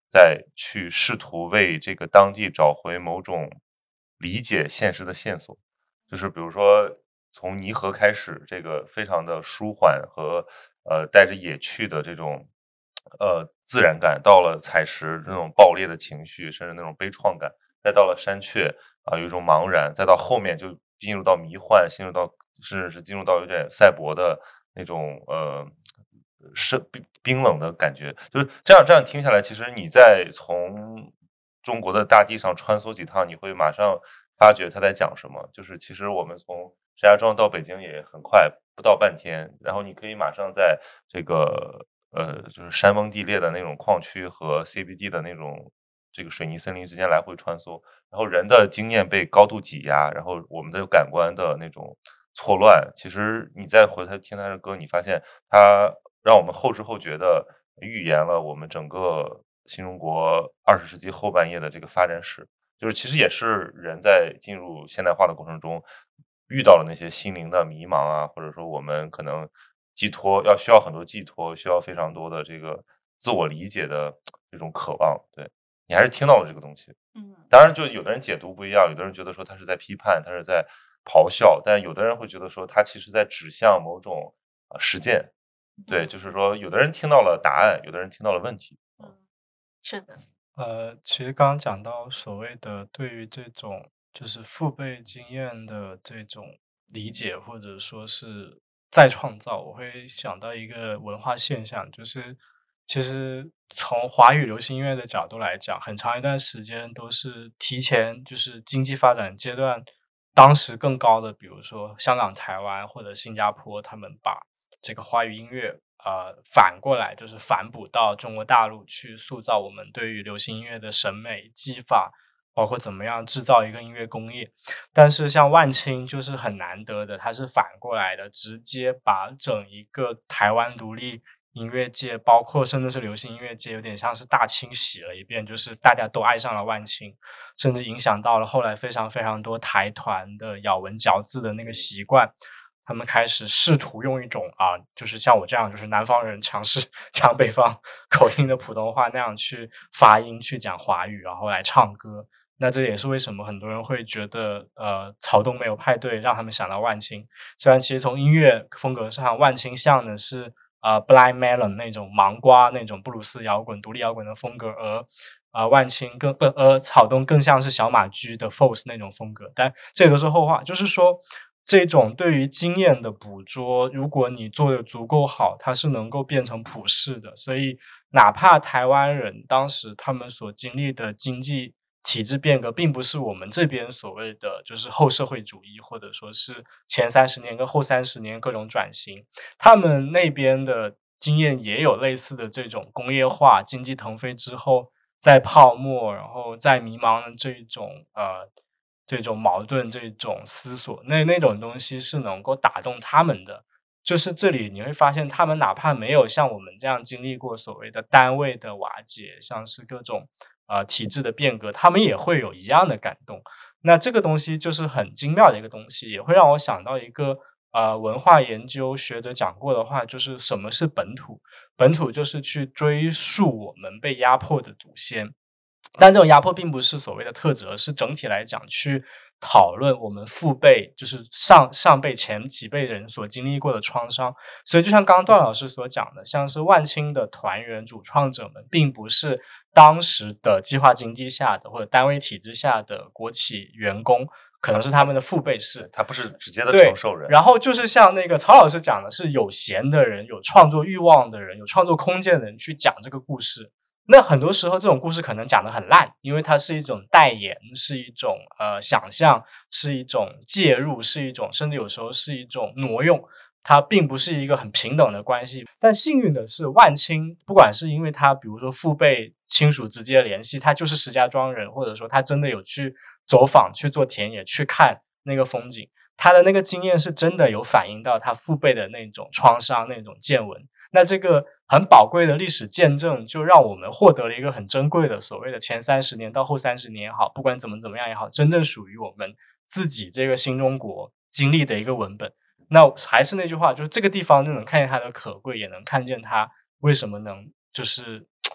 再去试图为这个当地找回某种理解现实的线索。就是比如说从泥河开始，这个非常的舒缓和呃带着野趣的这种呃自然感，到了采石那种爆裂的情绪，甚至那种悲怆感，再到了山雀啊、有一种茫然，再到后面就进入到迷幻，进入到甚至是进入到有点赛博的那种呃是冰冰冷的感觉。就是这样这样听下来，其实你在从中国的大地上穿梭几趟，你会马上发觉他在讲什么。就是其实我们从石家庄到北京也很快，不到半天，然后你可以马上在这个呃就是山崩地裂的那种矿区和 C B D 的那种这个水泥森林之间来回穿梭，然后人的经验被高度挤压，然后我们的感官的那种错乱，其实你再回头听他的歌，你发现他让我们后知后觉的预言了我们整个新中国二十世纪后半叶的这个发展史。就是其实也是人在进入现代化的过程中遇到了那些心灵的迷茫啊，或者说我们可能寄托要需要很多寄托，需要非常多的这个自我理解的这种渴望。对，你还是听到了这个东西。 嗯， 当然就有的人解读不一样，有的人觉得说他是在批判，他是在咆哮，但有的人会觉得说他其实在指向某种呃实践。对，就是说有的人听到了答案，有的人听到了问题。 嗯，是的。 呃，其实刚刚讲到所谓的对于这种就是父辈经验的这种理解，或者说是再创造，我会想到一个文化现象，就是其实从华语流行音乐的角度来讲，很长一段时间都是提前就是经济发展阶段当时更高的，比如说香港、台湾或者新加坡，他们把这个华语音乐呃，反过来就是反哺到中国大陆去塑造我们对于流行音乐的审美技法，包括怎么样制造一个音乐工业。但是像万青就是很难得的，它是反过来的，直接把整一个台湾独立音乐界，包括甚至是流行音乐界，有点像是大清洗了一遍，就是大家都爱上了万青，甚至影响到了后来非常非常多台团的咬文嚼字的那个习惯。他们开始试图用一种啊，就是像我这样，就是南方人尝试讲北方口音的普通话那样去发音，去讲华语，然后来唱歌。那这也是为什么很多人会觉得，呃，草东没有派对让他们想到万青。虽然其实从音乐风格上，万青像的是呃 Blind Melon 那种芒瓜那种布鲁斯摇滚、独立摇滚的风格，而呃万青更不呃草东更像是小马驹的 Force 那种风格。但这都是后话，就是说。这种对于经验的捕捉，如果你做的足够好，它是能够变成普世的。所以哪怕台湾人当时他们所经历的经济体制变革，并不是我们这边所谓的就是后社会主义，或者说是前三十年跟后三十年各种转型，他们那边的经验也有类似的这种工业化、经济腾飞之后再泡沫，然后再迷茫的这种呃。这种矛盾这种思索，那那种东西是能够打动他们的。就是这里你会发现他们哪怕没有像我们这样经历过所谓的单位的瓦解，像是各种呃体制的变革，他们也会有一样的感动。那这个东西就是很精妙的一个东西，也会让我想到一个呃文化研究学者讲过的话，就是什么是本土。本土就是去追溯我们被压迫的祖先，但这种压迫并不是所谓的特质，而是整体来讲去讨论我们父辈，就是上上辈前几辈人所经历过的创伤。所以就像刚刚段老师所讲的，像是万青的团员主创者们，并不是当时的计划经济下的或者单位体制下的国企员工，可能是他们的父辈是， 他不是直接的承受人。 然后就是像那个曹老师讲的，是有闲的人、有创作欲望的人、有创作空间的人去讲这个故事。那很多时候这种故事可能讲得很烂，因为它是一种代言，是一种呃想象，是一种介入，是一种甚至有时候是一种挪用，它并不是一个很平等的关系。但幸运的是，万青不管是因为他比如说父辈亲属直接联系，他就是石家庄人，或者说他真的有去走访、去做田野、去看那个风景，他的那个经验是真的有反映到他父辈的那种创伤、那种见闻。那这个很宝贵的历史见证，就让我们获得了一个很珍贵的所谓的前三十年到后三十年也好，不管怎么怎么样也好，真正属于我们自己这个新中国经历的一个文本。那还是那句话，就是这个地方就能看见它的可贵，也能看见它为什么能就是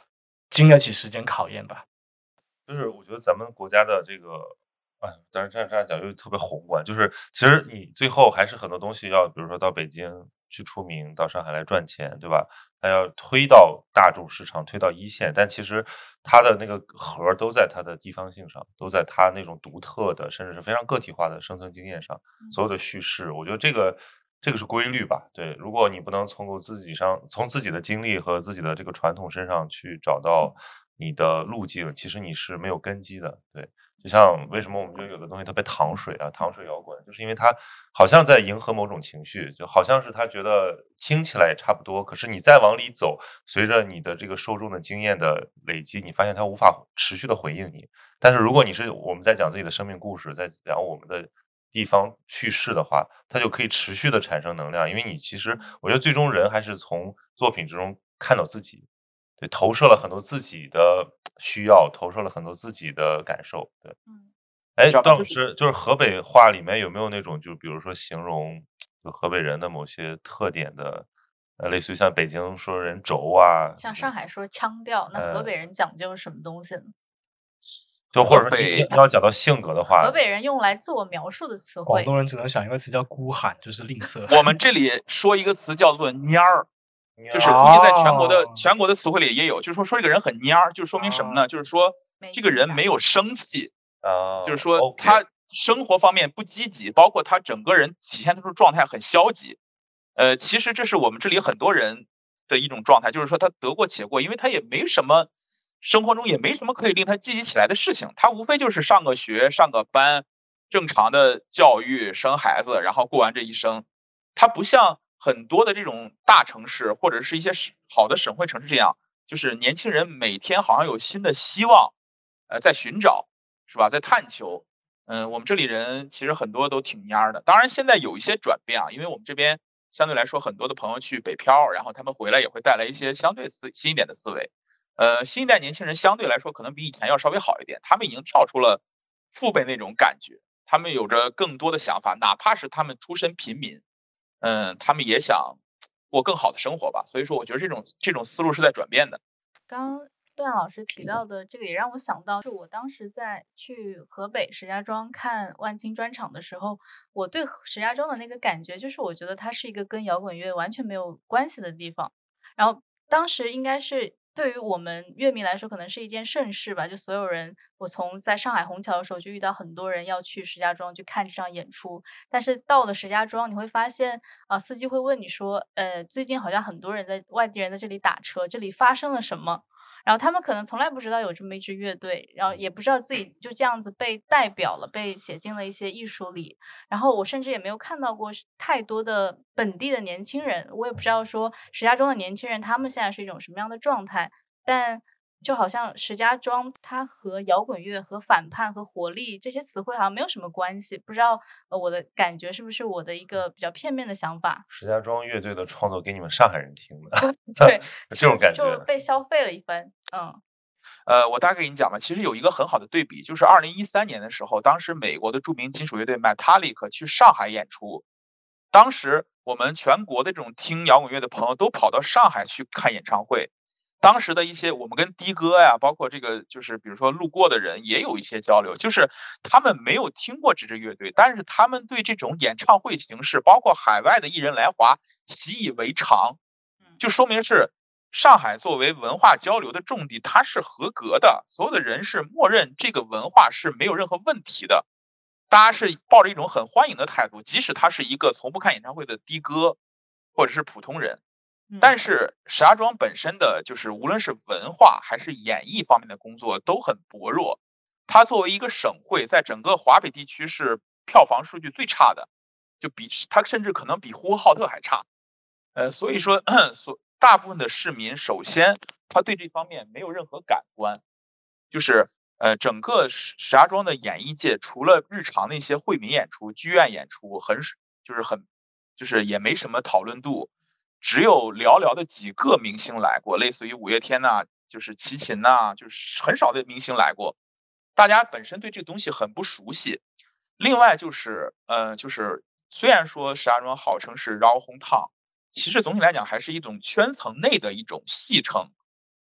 经得起时间考验吧。 就是我觉得咱们国家的这个，哎，但是这样这样讲又特别宏观，就是其实你最后还是很多东西要，比如说到北京去出名，到上海来赚钱，对吧？它要推到大众市场，推到一线，但其实它的那个核都在它的地方性上，都在它那种独特的，甚至是非常个体化的生存经验上，所有的叙事，我觉得这个这个是规律吧。对，如果你不能从自己上，从自己的经历和自己的这个传统身上去找到你的路径，其实你是没有根基的。对，就像为什么我们觉得有的东西特别糖水啊，糖水摇滚，就是因为它好像在迎合某种情绪，就好像是他觉得听起来也差不多，可是你再往里走，随着你的这个受众的经验的累积，你发现它无法持续的回应你。但是如果你是我们在讲自己的生命故事，在讲我们的地方叙事的话，它就可以持续的产生能量，因为你其实我觉得最终人还是从作品之中看到自己，对，投射了很多自己的需要，投射了很多自己的感受。对， 嗯， 哎， 要不就是段老师，就是河北话里面有没有那种，就比如说形容就河北人的某些特点的，呃，类似于像北京说人轴啊， 像上海说腔调，那河呃北人讲究什么东西呢？ 就或者说你河北你要讲到性格的话， 河北人用来自我描述的词汇， 广东人只能想一个词叫孤寒，就是吝啬。 我们这里说一个词叫做蔫儿，就是哦估计在全国的全国的词汇里也有，就是说说这个人很蔫儿，就说明什么呢？就是说没这个人劲没有生气， 啊， 就是说 OK 他生活方面不积极，包括他整个人体现出状态很消极。呃，其实这是我们这里很多人的一种状态，就是说他得过且过，因为他也没什么生活中也没什么可以令他积极起来的事情，他无非就是上个学、上个班，正常的教育、生孩子，然后过完这一生。他不像很多的这种大城市或者是一些省好的省会城市这样，就是年轻人每天好像有新的希望，呃，在寻找，是吧？在探求。嗯，我们这里人其实很多都挺蔫儿的，当然现在有一些转变啊，因为我们这边相对来说很多的朋友去北漂，然后他们回来也会带来一些相对思新一点的思维。呃，新一代年轻人相对来说可能比以前要稍微好一点，他们已经跳出了父辈那种感觉，他们有着更多的想法，哪怕是他们出身平民，嗯，他们也想过更好的生活吧。所以说，我觉得这种这种思路是在转变的。 刚刚段老师提到的这个也让我想到，是我当时在去河北石家庄看万青专场的时候，我对石家庄的那个感觉就是，我觉得它是一个跟摇滚乐完全没有关系的地方。然后当时应该是对于我们乐迷来说，可能是一件盛事吧，就所有人，我从在上海虹桥的时候就遇到很多人要去石家庄去看这场演出，但是到了石家庄，你会发现啊、司机会问你说，呃，最近好像很多人在外地人在这里打车，这里发生了什么？然后他们可能从来不知道有这么一支乐队，然后也不知道自己就这样子被代表了，被写进了一些艺术里。然后我甚至也没有看到过太多的本地的年轻人，我也不知道说石家庄的年轻人他们现在是一种什么样的状态。但就好像石家庄它和摇滚乐和反叛和活力这些词汇好像没有什么关系，不知道呃我的感觉是不是我的一个比较片面的想法？ 石家庄乐队的创作给你们上海人听的， 对， 这种感就觉。 被消费了一番。嗯呃，我大概给你讲吧，其实有一个很好的对比，就是二零一三年的时候，当时美国的著名金属乐队 Metallica 去上海演出，当时我们全国的这种听摇滚乐的朋友都跑到上海去看演唱会。当时的一些我们跟的哥呀，包括这个就是比如说路过的人也有一些交流，就是他们没有听过这支乐队，但是他们对这种演唱会形式，包括海外的艺人来华习以为常，就说明是上海作为文化交流的重地，它是合格的，所有的人是默认这个文化是没有任何问题的，大家是抱着一种很欢迎的态度，即使他是一个从不看演唱会的的哥或者是普通人。但是石家庄本身的就是无论是文化还是演艺方面的工作都很薄弱，它作为一个省会，在整个华北地区是票房数据最差的，就比它甚至可能比呼和浩特还差。呃，所以说，所大部分的市民首先他对这方面没有任何感官，就是呃整个石石家庄的演艺界，除了日常的一些惠民演出、剧院演出，很就是很就是也没什么讨论度。只有寥寥的几个明星来过，类似于五月天呐、啊，就是齐秦呐、啊，就是很少的明星来过。大家本身对这个东西很不熟悉。另外就是，呃，就是虽然说石家庄号称是绕红烫，其实总体来讲还是一种圈层内的一种戏称。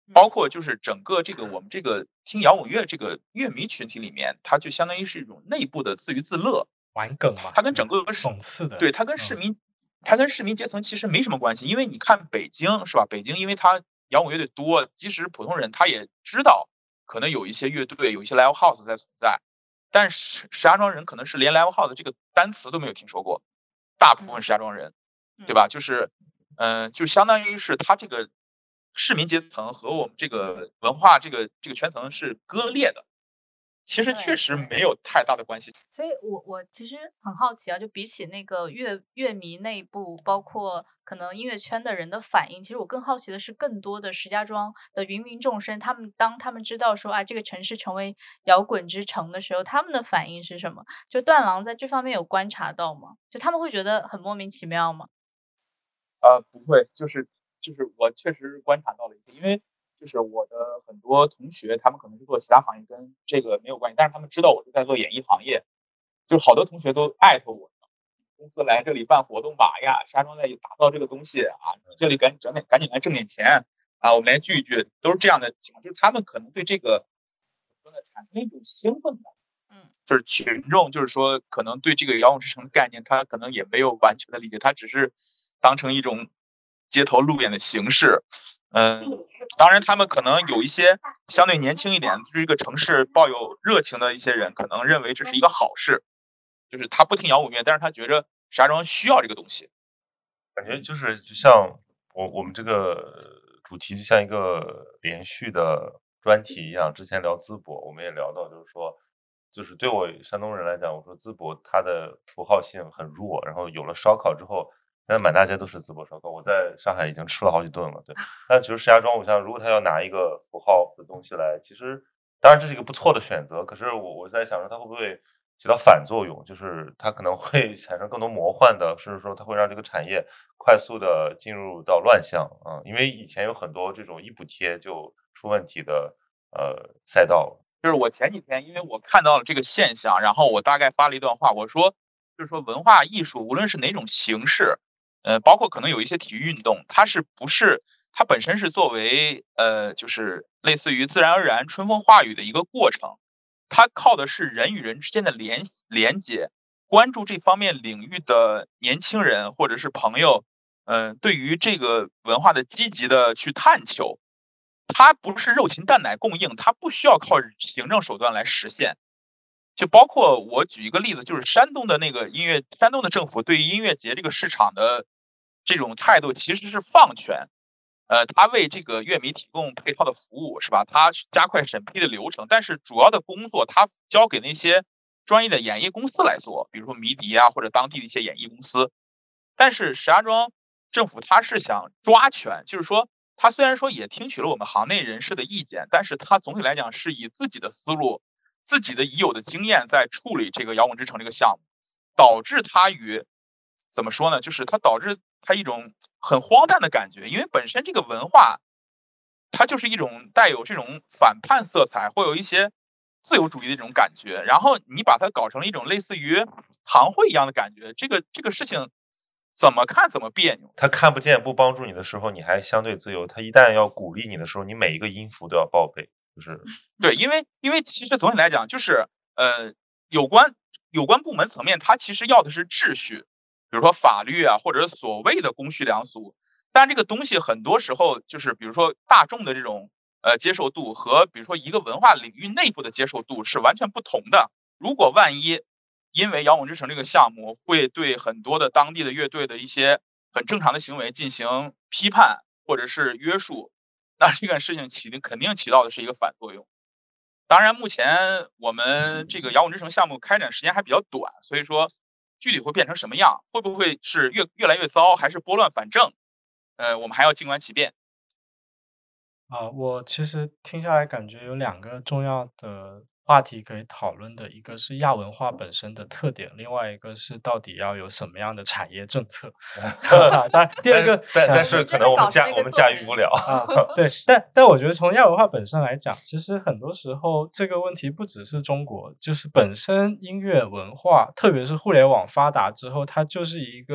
包括就是整个这个我们这个听摇滚乐这个乐迷群体里面，它就相当于是一种内部的自娱自乐， 玩梗嘛， 它跟整个讽刺的， 对，它跟市民，它跟市民阶层其实没什么关系，因为你看北京是吧？北京因为它摇滚乐队多，即使普通人他也知道可能有一些乐队有一些 live house 在存在，但是石家庄人可能是连 live house 这个单词都没有听说过，大部分石家庄人，对吧？就是嗯、呃，就相当于是他这个市民阶层和我们这个文化这个这个圈层是割裂的，其实确实没有太大的关系。 所以我我其实很好奇啊，就比起那个乐乐迷内部，包括可能音乐圈的人的反应，其实我更好奇的是更多的石家庄的芸芸众生，他们当他们知道说啊这个城市成为摇滚之城的时候，他们的反应是什么？就段郎在这方面有观察到吗？就他们会觉得很莫名其妙吗？ 呃，不会，就是就是我确实观察到了一些，因为就是我的很多同学，他们可能是做其他行业，跟这个没有关系，但是他们知道我是在做演艺行业，就好多同学都艾特我，公司来这里办活动吧，哎呀，石家庄在打造这个东西啊，这里赶紧整点，赶紧来挣点钱啊，我们来聚一聚，都是这样的情况，就是他们可能对这个说呢产生一种兴奋感，嗯，就是群众，就是说可能对这个摇滚之城的概念，他可能也没有完全的理解，他只是当成一种街头路演的形式。嗯，当然他们可能有一些相对年轻一点，对这个城市抱有热情的一些人，可能认为这是一个好事，就是他不听摇滚乐，但是他觉着石家庄需要这个东西。 感觉就是就像我我们这个主题就像一个连续的专题一样，之前聊淄博我们也聊到，就是说就是对我山东人来讲，我说淄博它的符号性很弱，然后有了烧烤之后，现在满大街都是淄博烧烤，我在上海已经吃了好几顿了，对。但其实石家庄，我想如果他要拿一个符号的东西来，其实当然这是一个不错的选择，可是我我在想说它会不会起到反作用，就是它可能会产生更多魔幻的，甚至说它会让这个产业快速的进入到乱象啊、嗯，因为以前有很多这种一补贴就出问题的呃赛道。 就是我前几天因为我看到了这个现象，然后我大概发了一段话，我说就是说文化艺术无论是哪种形式，呃，包括可能有一些体育运动，它是不是它本身是作为呃就是类似于自然而然春风化雨的一个过程，它靠的是人与人之间的连连接，关注这方面领域的年轻人或者是朋友，呃，对于这个文化的积极的去探求。它不是肉禽蛋奶供应，它不需要靠行政手段来实现。就包括我举一个例子，就是山东的那个音乐，山东的政府对于音乐节这个市场的这种态度其实是放权，呃，他为这个乐迷提供配套的服务，是吧？他加快审批的流程，但是主要的工作他交给那些专业的演艺公司来做，比如说迷笛啊，或者当地的一些演艺公司。但是石家庄政府他是想抓权，就是说。他虽然说也听取了我们行内人士的意见，但是他总体来讲是以自己的思路、自己的已有的经验在处理这个摇滚之城这个项目，导致他与怎么说呢？就是他导致他一种很荒诞的感觉，因为本身这个文化，它就是一种带有这种反叛色彩，会有一些自由主义的这种感觉，然后你把它搞成了一种类似于堂会一样的感觉，这个这个事情。怎么看怎么别扭。 他看不见不帮助你的时候，你还相对自由；他一旦要鼓励你的时候，你每一个音符都要报备。就是对，因为因为其实总体来讲，就是呃，有关有关部门层面，它其实要的是秩序，比如说法律啊，或者是所谓的公序良俗。但这个东西很多时候就是，比如说大众的这种呃接受度和比如说一个文化领域内部的接受度是完全不同的。如果万一因为摇滚之城这个项目会对很多的当地的乐队的一些很正常的行为进行批判或者是约束，那这个事情起肯定起到的是一个反作用。当然目前我们这个摇滚之城项目开展时间还比较短，所以说具体会变成什么样，会不会是越越来越糟，还是拨乱反正，呃，我们还要静观其变。 啊、呃，我其实听下来感觉有两个重要的话题可以讨论的，一个是亚文化本身的特点，另外一个是到底要有什么样的产业政策。当然，第二个， 但但是可能我们驾我们驾驭不了啊。对，但但我觉得从亚文化本身来讲，其实很多时候这个问题不只是中国，就是本身音乐文化，特别是互联网发达之后，它就是一个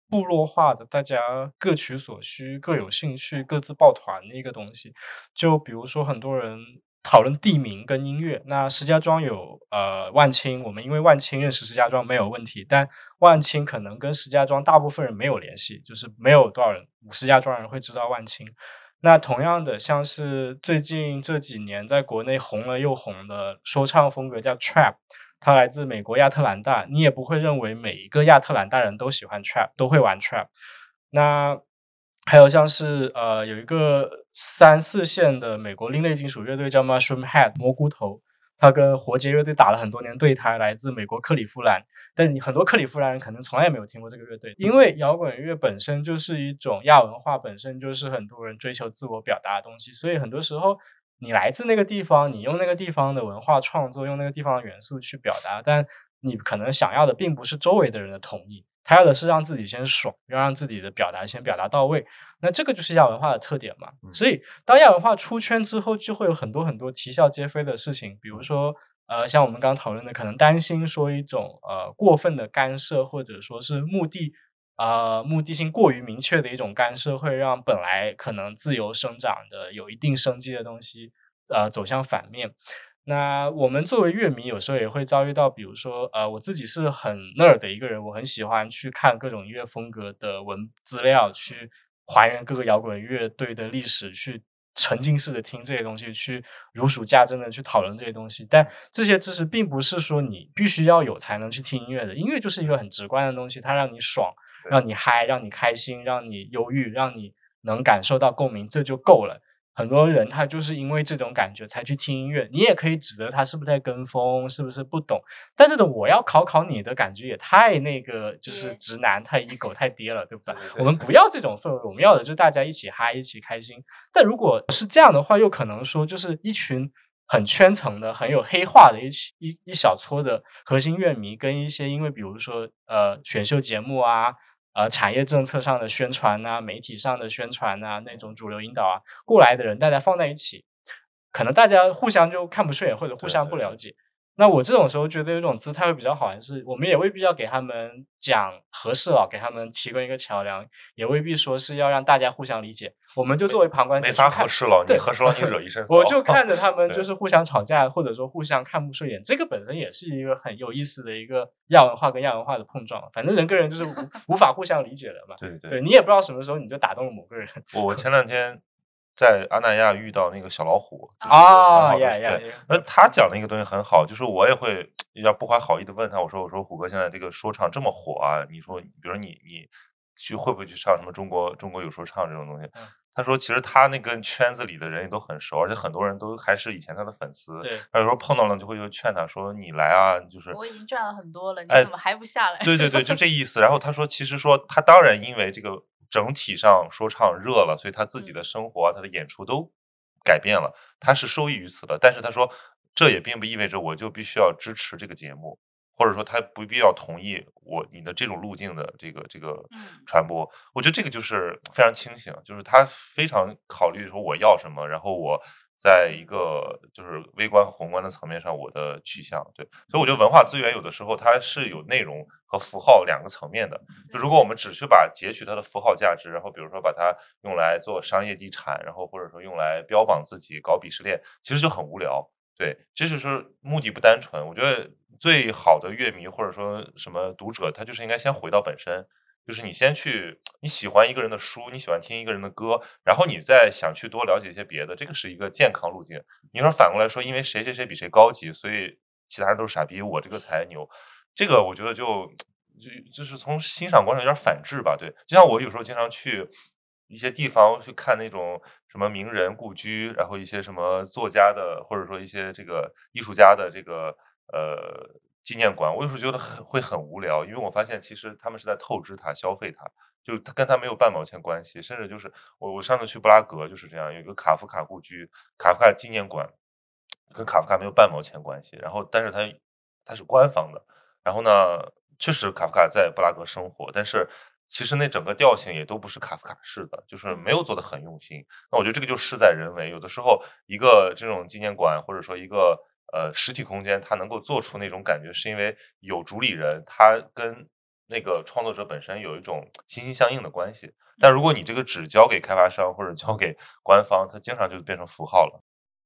部落化的，大家各取所需，各有兴趣，各自抱团的一个东西。就比如说很多人讨论地名跟音乐，那石家庄有呃万青，我们因为万青认识石家庄没有问题，但万青可能跟石家庄大部分人没有联系，就是没有多少人石家庄人会知道万青。那同样的，像是最近这几年在国内红了又红的说唱风格叫 Trap， 它来自美国亚特兰大，你也不会认为每一个亚特兰大人都喜欢 Trap， 都会玩 Trap。那还有像是呃有一个三四线的美国另类金属乐队叫 Mushroom Head 蘑菇头，他跟活结乐队打了很多年对台，来自美国克利夫兰。但你很多克利夫兰人可能从来没有听过这个乐队，因为摇滚乐本身就是一种亚文化，本身就是很多人追求自我表达的东西，所以很多时候你来自那个地方，你用那个地方的文化创作，用那个地方的元素去表达，但你可能想要的并不是周围的人的同意，他要的是让自己先爽，要让自己的表达先表达到位。那这个就是亚文化的特点嘛。所以当亚文化出圈之后，就会有很多很多啼笑皆非的事情，比如说呃，像我们刚刚讨论的，可能担心说一种呃过分的干涉，或者说是目的呃目的性过于明确的一种干涉，会让本来可能自由生长的有一定生机的东西呃走向反面。那我们作为乐迷，有时候也会遭遇到，比如说，呃，我自己是很 nerd 的一个人，我很喜欢去看各种音乐风格的文资料，去还原各个摇滚乐队的历史，去沉浸式的听这些东西，去如数家珍的去讨论这些东西。但这些知识并不是说你必须要有才能去听音乐的，音乐就是一个很直观的东西，它让你爽，让你嗨，让你开心，让你忧郁，让你能感受到共鸣，这就够了。很多人他就是因为这种感觉才去听音乐，你也可以指责他是不是在跟风，是不是不懂，但这种我要考考你的感觉也太那个就是直男太 ego 太爹了，对不对？我们不要这种氛围，我们要的就是大家一起嗨一起开心。但如果是这样的话，又可能说就是一群很圈层的很有黑化的一一一小撮的核心乐迷，跟一些因为比如说呃选秀节目啊，呃，产业政策上的宣传啊，媒体上的宣传啊，那种主流引导啊，过来的人大家放在一起，可能大家互相就看不顺眼，或者互相不了解。那我这种时候觉得有一种姿态会比较好，是我们也未必要给他们讲合适了，给他们提供一个桥梁，也未必说是要让大家互相理解，我们就作为旁观者没法合适了，你合适了你惹一身骚。 我就看着他们就是互相吵架，或者说互相看不顺眼，这个本身也是一个很有意思的一个亚文化跟亚文化的碰撞。反正人跟人就是无无法互相理解的嘛。 对对对，你也不知道什么时候你就打动了某个人。 我我前两天在阿那亚遇到那个小老虎啊呀呀！ 那他讲的一个东西很好，就是我也会要不怀好意的问他，我说我说虎哥现在这个说唱这么火啊，你说比如说你你去会不会去唱什么中国中国有说唱这种东西？嗯、他说其实他那跟圈子里的人也都很熟，而且很多人都还是以前他的粉丝。 对， 他有时候碰到了就会就劝他说你来啊，就是我已经赚了很多了，你怎么还不下来？ 哎、对对对，就这意思。然后他说其实说他当然因为这个整体上说唱热了，所以他自己的生活啊，他的演出都改变了，他是受益于此的。但是他说这也并不意味着我就必须要支持这个节目，或者说他不必要同意我你的这种路径的这个这个传播。嗯、我觉得这个就是非常清醒，就是他非常考虑说我要什么，然后我在一个就是微观和宏观的层面上我的去向。对，所以我觉得文化资源有的时候它是有内容和符号两个层面的。就如果我们只去把截取它的符号价值，然后比如说把它用来做商业地产，然后或者说用来标榜自己搞鄙视链，其实就很无聊。对，这就是目的不单纯。我觉得最好的乐迷或者说什么读者，他就是应该先回到本身，就是你先去你喜欢一个人的书，你喜欢听一个人的歌，然后你再想去多了解一些别的，这个是一个健康路径。你说反过来说，因为谁谁谁比谁高级，所以其他人都是傻逼，我这个才牛，这个我觉得就就就是从欣赏观上有点反智吧。对，就像我有时候经常去一些地方去看那种什么名人故居，然后一些什么作家的或者说一些这个艺术家的这个呃纪念馆，我有时候觉得很会很无聊，因为我发现其实他们是在透支它消费它，就跟他没有半毛钱关系。甚至就是我我上次去布拉格就是这样，有一个卡夫卡故居卡夫卡纪念馆，跟卡夫卡没有半毛钱关系，然后但是它它是官方的，然后呢确实卡夫卡在布拉格生活，但是其实那整个调性也都不是卡夫卡式的，就是没有做得很用心。那我觉得这个就事在人为，有的时候一个这种纪念馆或者说一个呃实体空间，它能够做出那种感觉，是因为有主理人，他跟那个创作者本身有一种心心相印的关系。但如果你这个只交给开发商或者交给官方，它经常就变成符号了。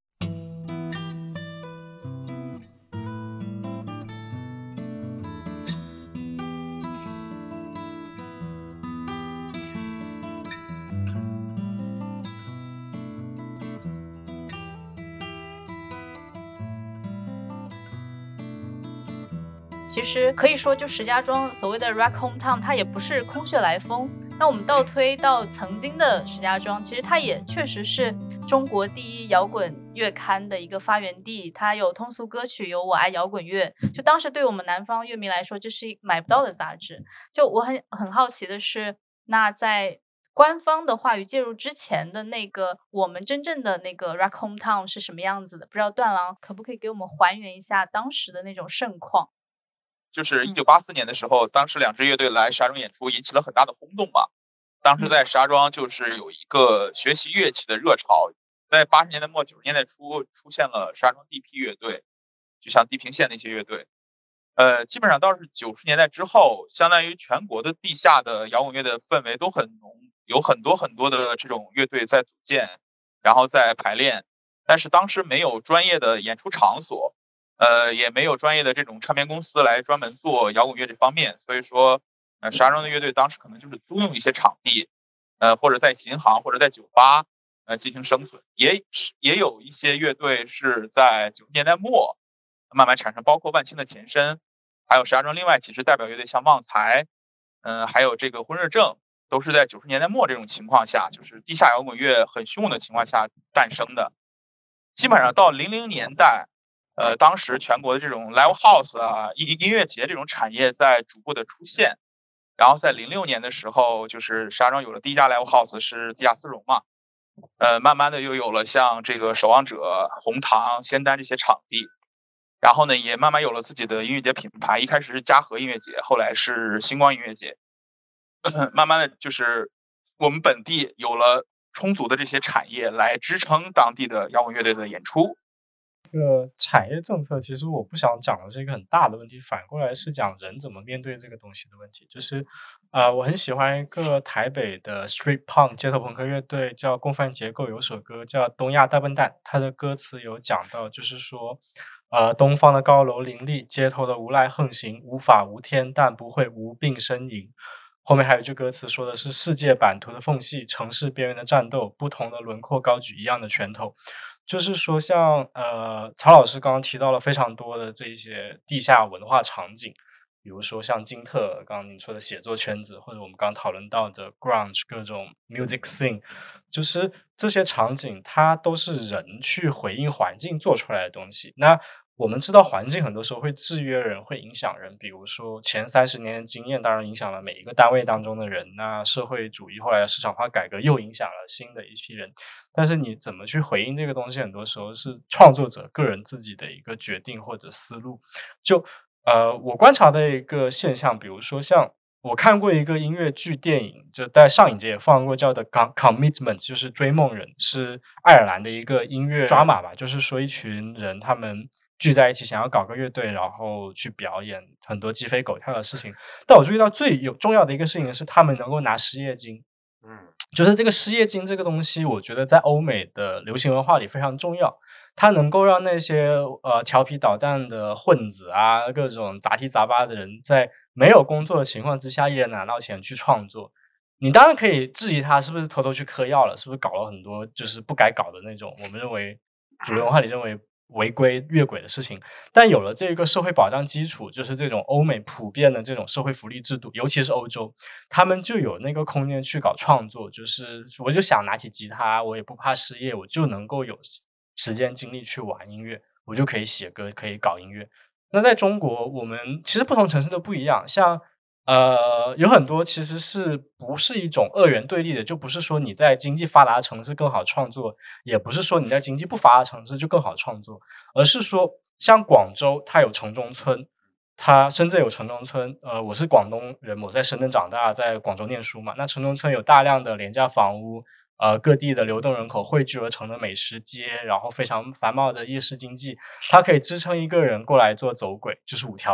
其实可以说，就石家庄所谓的 Rock Hometown， 它也不是空穴来风。那我们倒推到曾经的石家庄，其实它也确实是中国第一摇滚乐刊的一个发源地。它有通俗歌曲，有我爱摇滚乐。就当时对我们南方乐迷来说，这是买不到的杂志。就我很很好奇的是，那在官方的话语介入之前的那个我们真正的那个 Rock Hometown 是什么样子的？不知道段郎可不可以给我们还原一下当时的那种盛况？ 就是一九八四年的时候，当时两支乐队来石家庄演出，引起了很大的轰动嘛。当时在石家庄就是有一个学习乐器的热潮，在八十年代末九十年代初出现了石家庄地批乐队，就像地平线那些乐队。呃，基本上到是九十年代之后，相当于全国的地下的摇滚乐的氛围都很浓，有很多很多的这种乐队在组建，然后在排练，但是当时没有专业的演出场所。呃，也没有专业的这种唱片公司来专门做摇滚乐这方面，所以说，呃，石家庄的乐队当时可能就是租用一些场地，呃，或者在琴行或者在酒吧，呃，进行生存。也也有一些乐队是在九十年代末慢慢产生，包括万青的前身，还有石家庄另外几支代表乐队，像旺财，嗯、呃，还有这个婚日症，都是在九十年代末这种情况下，就是地下摇滚乐很凶的情况下诞生的。基本上到零零年代。呃，当时全国的这种 live house 啊，音音乐节这种产业在逐步的出现，然后在零六年的时候，就是石家庄有了第一家 live house 是地下丝绒嘛，呃，慢慢的又有了像这个守望者、红糖、仙丹这些场地，然后呢，也慢慢有了自己的音乐节品牌，一开始是嘉禾音乐节，后来是星光音乐节，慢慢的就是我们本地有了充足的这些产业来支撑当地的摇滚乐队的演出。 这个产业政策其实我不想讲的是一个很大的问题，反过来是讲人怎么面对这个东西的问题。就是呃，我很喜欢一个台北的 street punk 街头朋克乐队叫共犯结构，有首歌叫东亚大笨蛋，它的歌词有讲到就是说呃，东方的高楼林立，街头的无赖横行，无法无天但不会无病呻吟。后面还有一句歌词说的是世界版图的缝隙，城市边缘的战斗，不同的轮廓高举一样的拳头。就是说像呃曹老师刚刚提到了非常多的这些地下文化场景，比如说像金特刚刚您说的写作圈子，或者我们刚刚讨论到的 grunge 各种 music scene， 就是这些场景它都是人去回应环境做出来的东西。那我们知道环境很多时候会制约人，会影响人，比如说前三十年的经验当然影响了每一个单位当中的人，那社会主义后来的市场化改革又影响了新的一批人，但是你怎么去回应这个东西，很多时候是创作者个人自己的一个决定或者思路。就呃，我观察的一个现象，比如说像我看过一个音乐剧电影，就在上影节也放过，叫的 Commitment， 就是追梦人，是爱尔兰的一个音乐抓马吧，就是说一群人他们聚在一起想要搞个乐队，然后去表演很多鸡飞狗跳的事情。但我注意到最有重要的一个事情是他们能够拿失业金。嗯，就是这个失业金这个东西，我觉得在欧美的流行文化里非常重要。它能够让那些呃调皮捣蛋的混子啊，各种杂七杂八的人，在没有工作的情况之下，依然拿到钱去创作。你当然可以质疑他是不是偷偷去嗑药了，是不是搞了很多就是不该搞的那种我们认为主流文化里认为违规越轨的事情，但有了这个社会保障基础，就是这种欧美普遍的这种社会福利制度，尤其是欧洲，他们就有那个空间去搞创作。就是我就想拿起吉他，我也不怕失业，我就能够有时间精力去玩音乐，我就可以写歌，可以搞音乐。那在中国，我们其实不同城市都不一样，像呃，有很多其实是不是一种二元对立的，就不是说你在经济发达的城市更好创作，也不是说你在经济不发达的城市就更好创作，而是说像广州它有城中村，它深圳有城中村，呃，我是广东人，我在深圳长大，在广州念书嘛，那城中村有大量的廉价房屋，呃，各地的流动人口汇聚而成的美食街，然后非常繁茂的夜市经济，它可以支撑一个人过来做走鬼，就是五条人。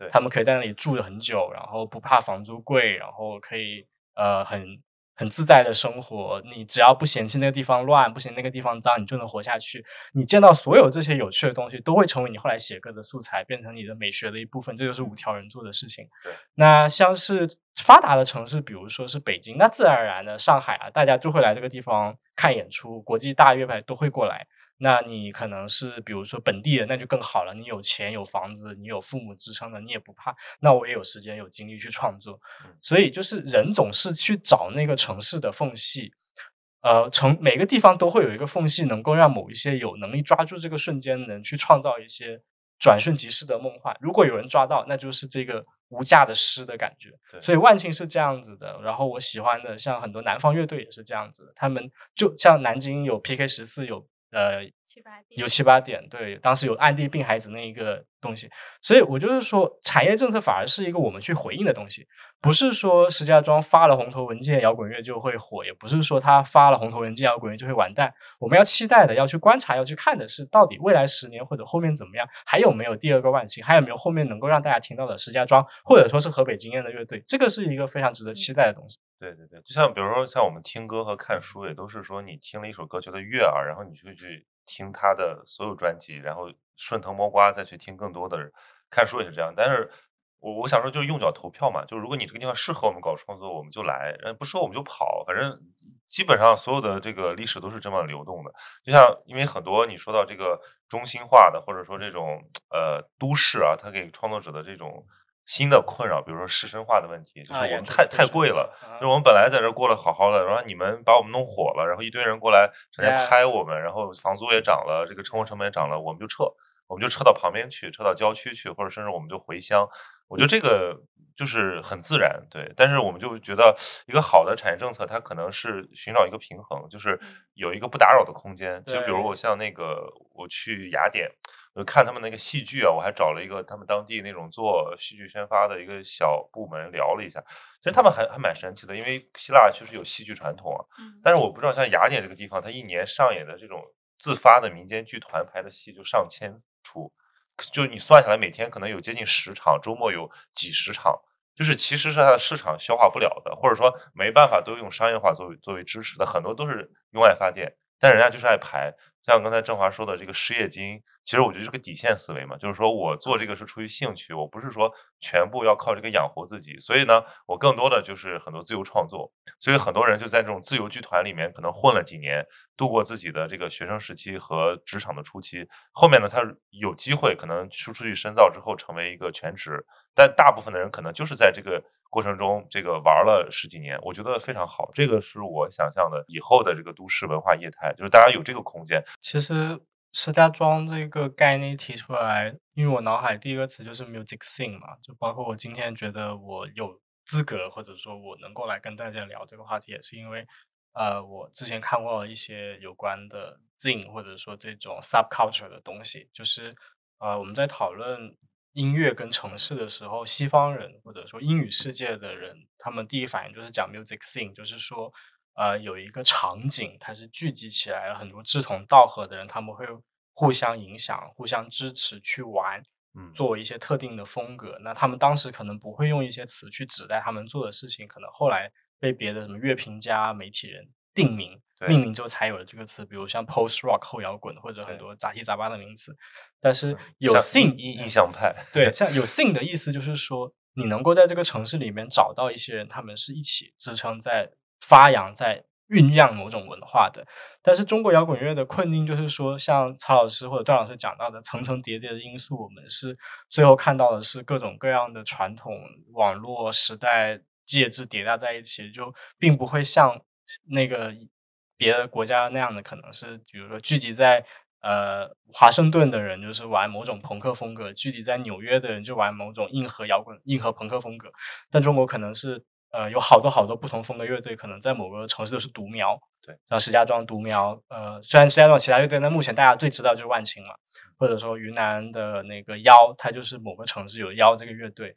对， 他们可以在那里住了很久，然后不怕房租贵，然后可以呃很很自在的生活。你只要不嫌弃那个地方乱，不嫌那个地方脏，你就能活下去。你见到所有这些有趣的东西，都会成为你后来写歌的素材，变成你的美学的一部分。这就是五条人做的事情。 对， 那像是发达的城市，比如说是北京，那自然而然的上海啊，大家就会来这个地方看演出，国际大乐派都会过来。那你可能是比如说本地人，那就更好了，你有钱有房子，你有父母支撑的，你也不怕。那我也有时间有精力去创作。所以就是人总是去找那个城市的缝隙，呃，城每个地方都会有一个缝隙，能够让某一些有能力抓住这个瞬间，能去创造一些转瞬即逝的梦幻。如果有人抓到，那就是这个无价的诗的感觉。所以万庆是这样子的，然后我喜欢的像很多南方乐队也是这样子的，他们就像南京有 P K 十四，有呃有七八点，对，当时有暗地病孩子那一个东西。所以我就是说产业政策反而是一个我们去回应的东西，不是说石家庄发了红头文件摇滚乐就会火，也不是说他发了红头文件摇滚乐就会完蛋。我们要期待的，要去观察，要去看的是到底未来十年或者后面怎么样，还有没有第二个万庆，还有没有后面能够让大家听到的石家庄或者说是河北惊艳的乐队，这个是一个非常值得期待的东西。 对对对，就像比如说像我们听歌和看书，也都是说你听了一首歌觉得悦耳，然后你就会去听他的所有专辑，然后顺藤摸瓜再去听更多的人。看书也是这样，但是我我想说就是用脚投票嘛，就是如果你这个地方适合我们搞创作，我们就来，不适合我们就跑，反正基本上所有的这个历史都是这么流动的。就像因为很多你说到这个中心化的或者说这种呃都市啊，它给创作者的这种新的困扰，比如说师生化的问题，就是我们太、啊、太贵了、啊、就是我们本来在这过得好好的，然后你们把我们弄火了，然后一堆人过来整天拍我们、啊、然后房租也涨了，这个生活成本也涨了，我们就撤我们就撤到旁边去，撤到郊区去，或者甚至我们就回乡。我觉得这个就是很自然，对。但是我们就觉得一个好的产业政策，它可能是寻找一个平衡，就是有一个不打扰的空间。就比如我像那个我去雅典，我看他们那个戏剧啊，我还找了一个他们当地那种做戏剧宣发的一个小部门聊了一下。其实他们还还蛮神奇的，因为希腊确实有戏剧传统啊，但是我不知道像雅典这个地方，它一年上演的这种自发的民间剧团排的戏就上千出，就你算下来每天可能有接近十场，周末有几十场，就是其实是它的市场消化不了的，或者说没办法都用商业化作为作为支持的，很多都是用爱发电，但人家就是爱排。像刚才郑华说的这个失业金，其实我觉得是个底线思维嘛，就是说我做这个是出于兴趣，我不是说全部要靠这个养活自己，所以呢我更多的就是很多自由创作，所以很多人就在这种自由剧团里面可能混了几年，度过自己的这个学生时期和职场的初期，后面呢他有机会可能出出去深造之后成为一个全职，但大部分的人可能就是在这个过程中这个玩了十几年，我觉得非常好，这个是我想象的以后的这个都市文化业态，就是大家有这个空间。 其实石家庄这个概念提出来，因为我脑海第一个词就是 music scene 嘛，就包括我今天觉得我有资格或者说我能够来跟大家聊这个话题，也是因为呃我之前看过一些有关的 zine 或者说这种 subculture 的东西，就是呃我们在讨论音乐跟城市的时候，西方人或者说英语世界的人，他们第一反应就是讲 music scene， 就是说呃，有一个场景，它是聚集起来了很多志同道合的人，他们会互相影响、互相支持去玩， 嗯， 做一些特定的风格。那他们当时可能不会用一些词去指代他们做的事情，可能后来被别的什么乐评家、媒体人定名，命名之后才有了这个词，比如像 post rock 后摇滚或者很多杂七杂八的名词。但是有 scene 印象派， 对，像有 scene 的意思就是说，你能够在这个城市里面找到一些人，他们是一起支撑在发扬在酝酿某种文化的。但是中国摇滚乐的困境就是说，像曹老师或者段老师讲到的层层叠叠的因素，我们是最后看到的是各种各样的传统网络时代介质叠加在一起，就并不会像那个别的国家那样的，可能是比如说聚集在呃华盛顿的人就是玩某种朋克风格，聚集在纽约的人就玩某种硬核摇滚硬核朋克风格。但中国可能是呃，有好多好多不同风的乐队，可能在某个城市都是独苗， 对， 像石家庄独苗，呃，虽然石家庄其他乐队，但目前大家最知道就是万青嘛，或者说云南的那个妖，它就是某个城市有妖这个乐队，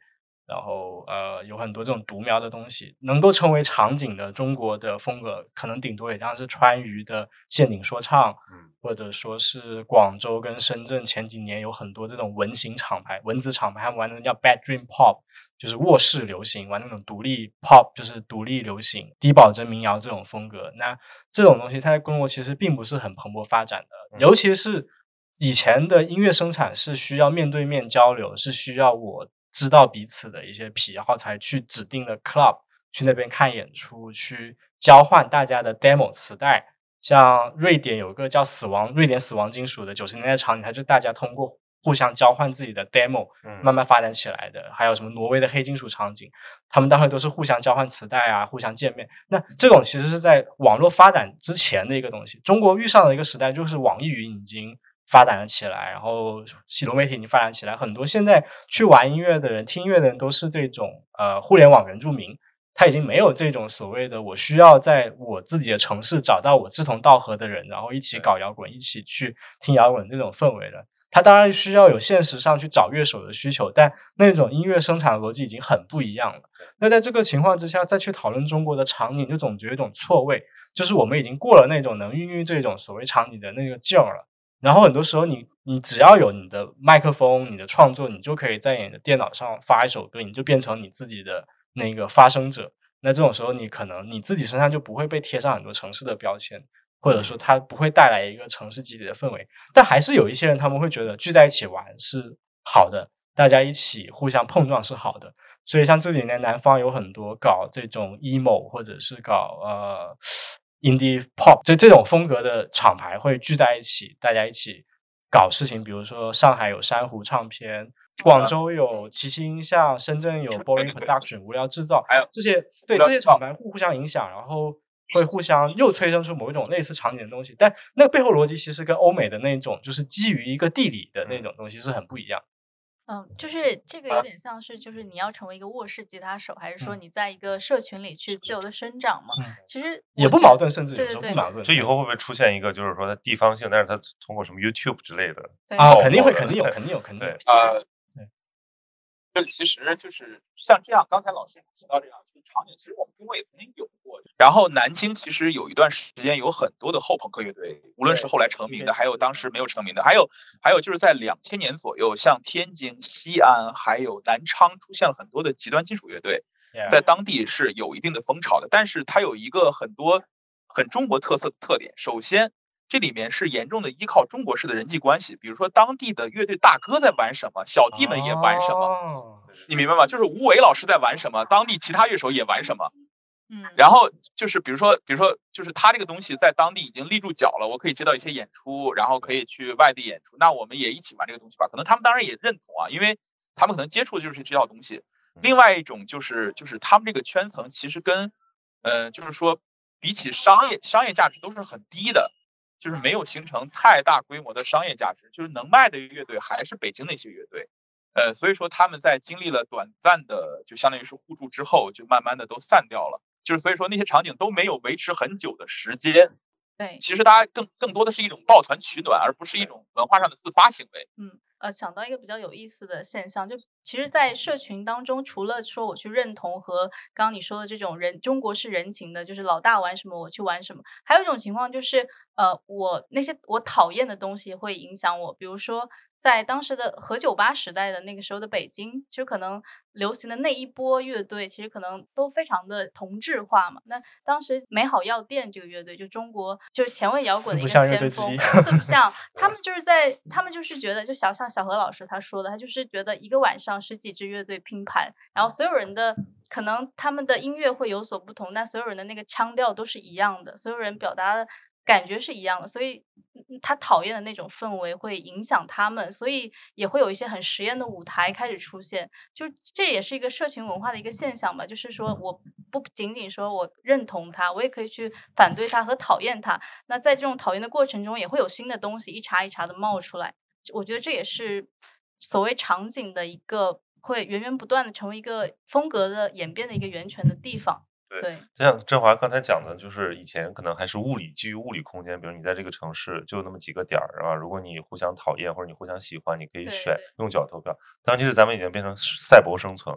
然后呃有很多这种独苗的东西，能够成为场景的中国的风格，可能顶多也像是川渝的陷顶说唱， 嗯， 或者说是广州跟深圳前几年有很多这种文型厂牌、文字厂牌，他们玩的叫 bedroom pop， 就是卧室流行，玩那种独立 pop， 就是独立流行、低保真民谣这种风格。那这种东西它在中国其实并不是很蓬勃发展的，尤其是以前的音乐生产是需要面对面交流，是需要我知道彼此的一些癖好才去指定的 club 去那边看演出，去交换大家的 demo 磁带。像瑞典有一个叫死亡瑞典死亡金属的九十年代场景，它就大家通过互相交换自己的 demo 慢慢发展起来的。还有什么挪威的黑金属场景，他们当时都是互相交换磁带啊，互相见面。那这种其实是在网络发展之前的一个东西。中国遇上的一个时代就是网易云已经发展了起来，然后流媒体已经发展起来，很多现在去玩音乐的人、听音乐的人都是这种呃互联网原住民。他已经没有这种所谓的我需要在我自己的城市找到我志同道合的人，然后一起搞摇滚，一起去听摇滚这种氛围了。他当然需要有现实上去找乐手的需求，但那种音乐生产的逻辑已经很不一样了。那在这个情况之下再去讨论中国的场景，就总觉得一种错位，就是我们已经过了那种能孕育这种所谓场景的那个劲儿了。然后很多时候你你只要有你的麦克风，你的创作，你就可以在你的电脑上发一首歌，你就变成你自己的那个发声者。那这种时候你可能你自己身上就不会被贴上很多城市的标签，或者说它不会带来一个城市集体的氛围。但还是有一些人他们会觉得聚在一起玩是好的，大家一起互相碰撞是好的。所以像这几年南方有很多搞这种 emo 或者是搞呃 indie pop 就这种风格的厂牌会聚在一起，大家一起搞事情。比如说上海有珊瑚唱片，广州有奇奇音像，深圳有 Boring Production 无聊制造， 还有这些对这些厂牌互相影响，然后会互相又催生出某一种类似场景的东西。但那个背后逻辑其实跟欧美的那种就是基于一个地理的那种东西是很不一样。 嗯，就是这个有点像是，就是你要成为一个卧室吉他手，还是说你在一个社群里去自由的生长嘛？ 嗯、 其实也不矛盾，甚至有时候不矛盾。 就以后会不会出现一个，就是说它地方性，但是它通过什么 YouTube 之类的啊，肯定会，肯定有，肯定有，肯定有。 呃，这其实就是像这样，刚才老师提到这样就是场景，其实我们中国也曾经有过。然后南京其实有一段时间有很多的后朋克乐队，无论是后来成名的，还有当时没有成名的，还有还有就是在两千年左右，像天津、西安还有南昌出现了很多的极端金属乐队，在当地是有一定的风潮的。但是它有一个很多很中国特色的特点，首先这里面是严重的依靠中国式的人际关系，比如说当地的乐队大哥在玩什么，小弟们也玩什么，哦、你明白吗？就是吴伟老师在玩什么，当地其他乐手也玩什么。嗯，然后就是比如说，比如说，就是他这个东西在当地已经立住脚了，我可以接到一些演出，然后可以去外地演出，那我们也一起玩这个东西吧。可能他们当然也认同啊，因为他们可能接触的就是这套东西。另外一种就是就是他们这个圈层其实跟呃，就是说比起商业商业价值都是很低的。就是没有形成太大规模的商业价值，就是能卖的乐队还是北京那些乐队，呃，所以说他们在经历了短暂的就相当于是互助之后，就慢慢的都散掉了，就是所以说那些场景都没有维持很久的时间。 对， 其实大家更更多的是一种抱团取暖，而不是一种文化上的自发行为。 嗯，呃，想到一个比较有意思的现象，就其实，在社群当中，除了说我去认同和刚刚你说的这种人中国式人情的，就是老大玩什么我去玩什么，还有一种情况就是，呃，我那些我讨厌的东西会影响我，比如说。在当时的核酒吧时代的那个时候的北京，其实可能流行的那一波乐队，其实可能都非常的同质化嘛。那当时美好药店这个乐队，就中国就是前卫摇滚的一个先锋，四不像，他们就是在他们就是觉得，就小像小何老师他说的，他就是觉得一个晚上十几支乐队拼盘，然后所有人的可能他们的音乐会有所不同，但所有人的那个腔调都是一样的，所有人表达的感觉是一样的，所以他讨厌的那种氛围会影响他们，所以也会有一些很实验的舞台开始出现，就这也是一个社群文化的一个现象吧。就是说，我不仅仅说我认同他，我也可以去反对他和讨厌他。那在这种讨厌的过程中，也会有新的东西一茬一茬的冒出来。我觉得这也是所谓场景的一个会源源不断的成为一个风格的演变的一个源泉的地方。对， 就像振华刚才讲的，就是以前可能还是物理基于物理空间，比如你在这个城市就那么几个点儿，是吧？如果你互相讨厌或者你互相喜欢，你可以选用脚投票。但其实咱们已经变成赛博生存了，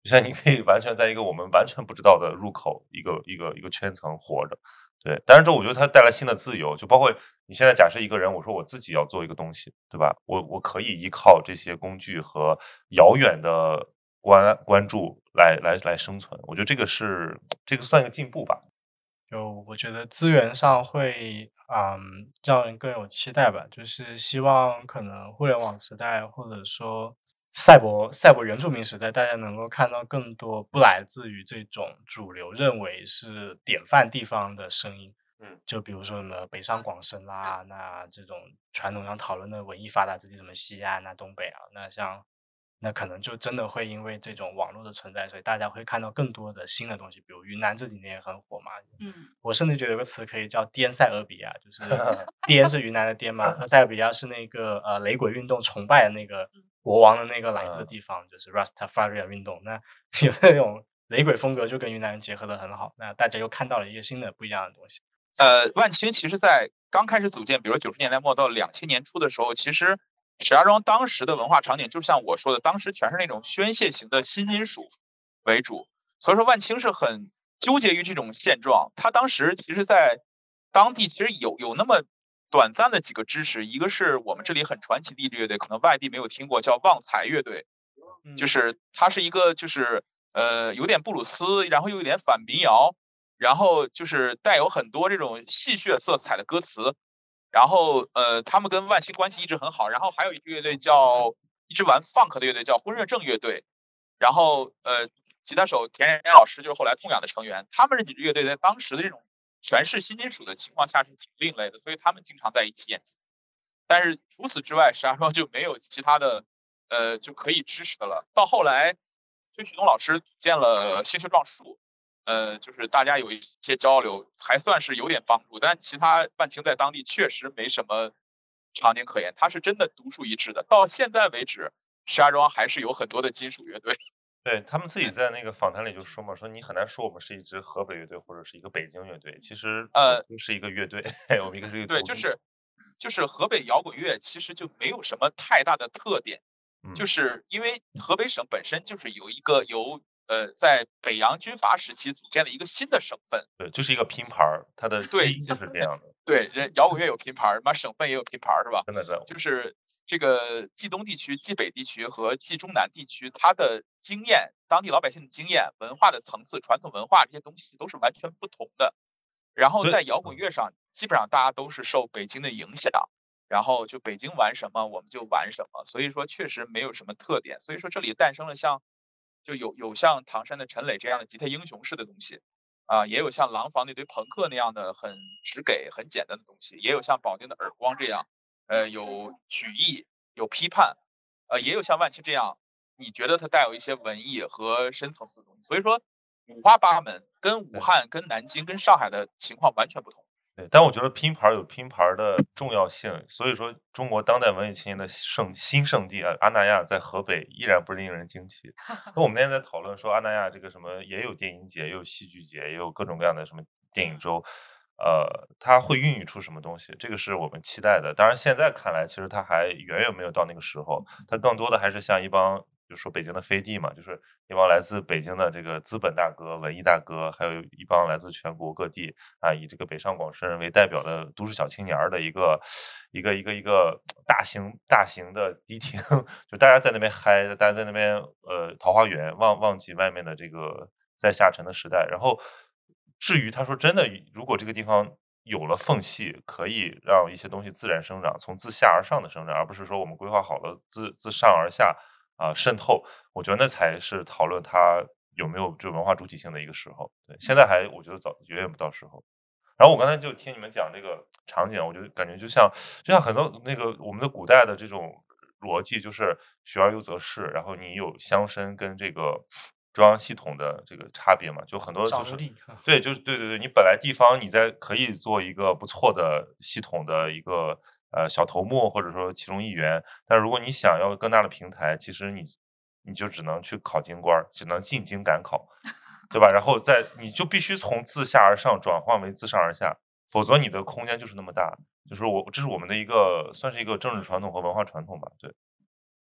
就像你可以完全在一个我们完全不知道的入口一个一个一个圈层活着。对，当然这我觉得它带来新的自由，就包括你现在假设一个人，我说我自己要做一个东西，对吧？我我可以依靠这些工具和遥远的关关注来来来生存，我觉得这个是这个算一个进步吧。 就我觉得资源上会，嗯，让人更有期待吧。就是希望可能互联网时代，或者说赛博赛博原住民时代，大家能够看到更多不来自于这种主流认为是典范地方的声音。 嗯， 就比如说什么北上广深啦，那这种传统上讨论的文艺发达之地，什么西安啊、东北啊，那像那可能就真的会因为这种网络的存在，所以大家会看到更多的新的东西。比如云南这几年也很火嘛， 嗯， 我甚至觉得有个词可以叫滇塞俄比亚，就是滇是云南的滇嘛，和塞俄比亚是那个呃雷鬼运动崇拜的那个国王的那个来自的地方，就是 Rastafari 运动。那有那种雷鬼风格就跟云南人结合的很好，那大家又看到了一个新的不一样的东西。 呃，万青其实在刚开始组建，比如九十年代末到两千年初的时候，其实石家庄当时的文化场景，就像我说的，当时全是那种宣泄型的新金属为主，所以说万青是很纠结于这种现状。他当时其实，在当地其实有有那么短暂的几个支持，一个是我们这里很传奇的一支乐队，可能外地没有听过，叫旺财乐队，就是它是一个就是呃有点布鲁斯，然后又有点反民谣。然后就是带有很多这种戏谑色彩的歌词，然后呃，他们跟万青关系一直很好。然后还有一支乐队叫一支玩 funk 的乐队叫婚热症乐队，然后呃，吉他手田仁老师就是后来痛仰的成员。他们这几支乐队在当时的这种诠释新金属的情况下是挺另类的，所以他们经常在一起演出。但是除此之外，石家庄就没有其他的呃就可以支持的了。到后来，崔旭东老师组建了星球撞树。呃，就是大家有一些交流，还算是有点帮助，但其他万青在当地确实没什么场景可言，他是真的独树一帜的。到现在为止，石家庄还是有很多的金属乐队。 对，他们自己在那个访谈里就说嘛，说你很难说我们是一支河北乐队或者是一个北京乐队，其实呃， 是一个乐队，我们一个是一个对，就是就是河北摇滚乐其实就没有什么太大的特点， 嗯、 就是因为河北省本身就是有一个由呃，在北洋军阀时期组建了一个新的省份， 对，就是一个拼盘儿，它的对， 基因就是这样的。 对，人摇滚乐有拼盘，妈省份也有拼盘，是吧？ 真的是， 就是这个冀东地区、冀北地区和冀中南地区，它的经验、当地老百姓的经验、文化的层次、传统文化这些东西都是完全不同的。然后在摇滚乐上，基本上大家都是受北京的影响，然后就北京玩什么我们就玩什么，所以说确实没有什么特点。所以说这里诞生了像。就有有像唐山的陈磊这样的吉他英雄式的东西，啊、呃，也有像廊坊那堆朋克那样的很直给、很简单的东西，也有像保定的耳光这样，呃，有曲艺、有批判，呃，也有像万青这样，你觉得它带有一些文艺和深层次的东西。所以说，五花八门，跟武汉、跟南京、跟上海的情况完全不同。 对，但我觉得拼盘有拼盘的重要性，所以说中国当代文艺青年的圣新圣地啊，阿那亚在河北依然不令人惊奇。那我们那天在讨论说，阿那亚这个什么也有电影节，也有戏剧节，也有各种各样的什么电影周，呃，它会孕育出什么东西？这个是我们期待的。当然，现在看来，其实它还远远没有到那个时候，它更多的还是像一帮。就说北京的飞地嘛，就是一帮来自北京的这个资本大哥、文艺大哥，还有一帮来自全国各地啊，以这个北上广深为代表的都市小青年的一个一个一个一个大型大型的迪厅，就大家在那边嗨，大家在那边呃桃花源，忘忘记外面的这个在下沉的时代。然后至于他说真的，如果这个地方有了缝隙，可以让一些东西自然生长，从自下而上的生长，而不是说我们规划好了自自上而下。啊、呃，渗透，我觉得那才是讨论它有没有这文化主体性的一个时候。对，现在还我觉得早远远不到时候。然后我刚才就听你们讲这个场景，我就感觉就像就像很多那个我们的古代的这种逻辑，就是学而优则仕，然后你有乡绅跟这个中央系统的这个差别嘛，就很多就是对，就是对对对，你本来地方你在可以做一个不错的系统的一个。呃，小头目或者说其中一员，但如果你想要更大的平台，其实你你就只能去考京官，只能进京赶考，对吧？然后在你就必须从自下而上转换为自上而下，否则你的空间就是那么大。就是我这是我们的一个算是一个政治传统和文化传统吧，对。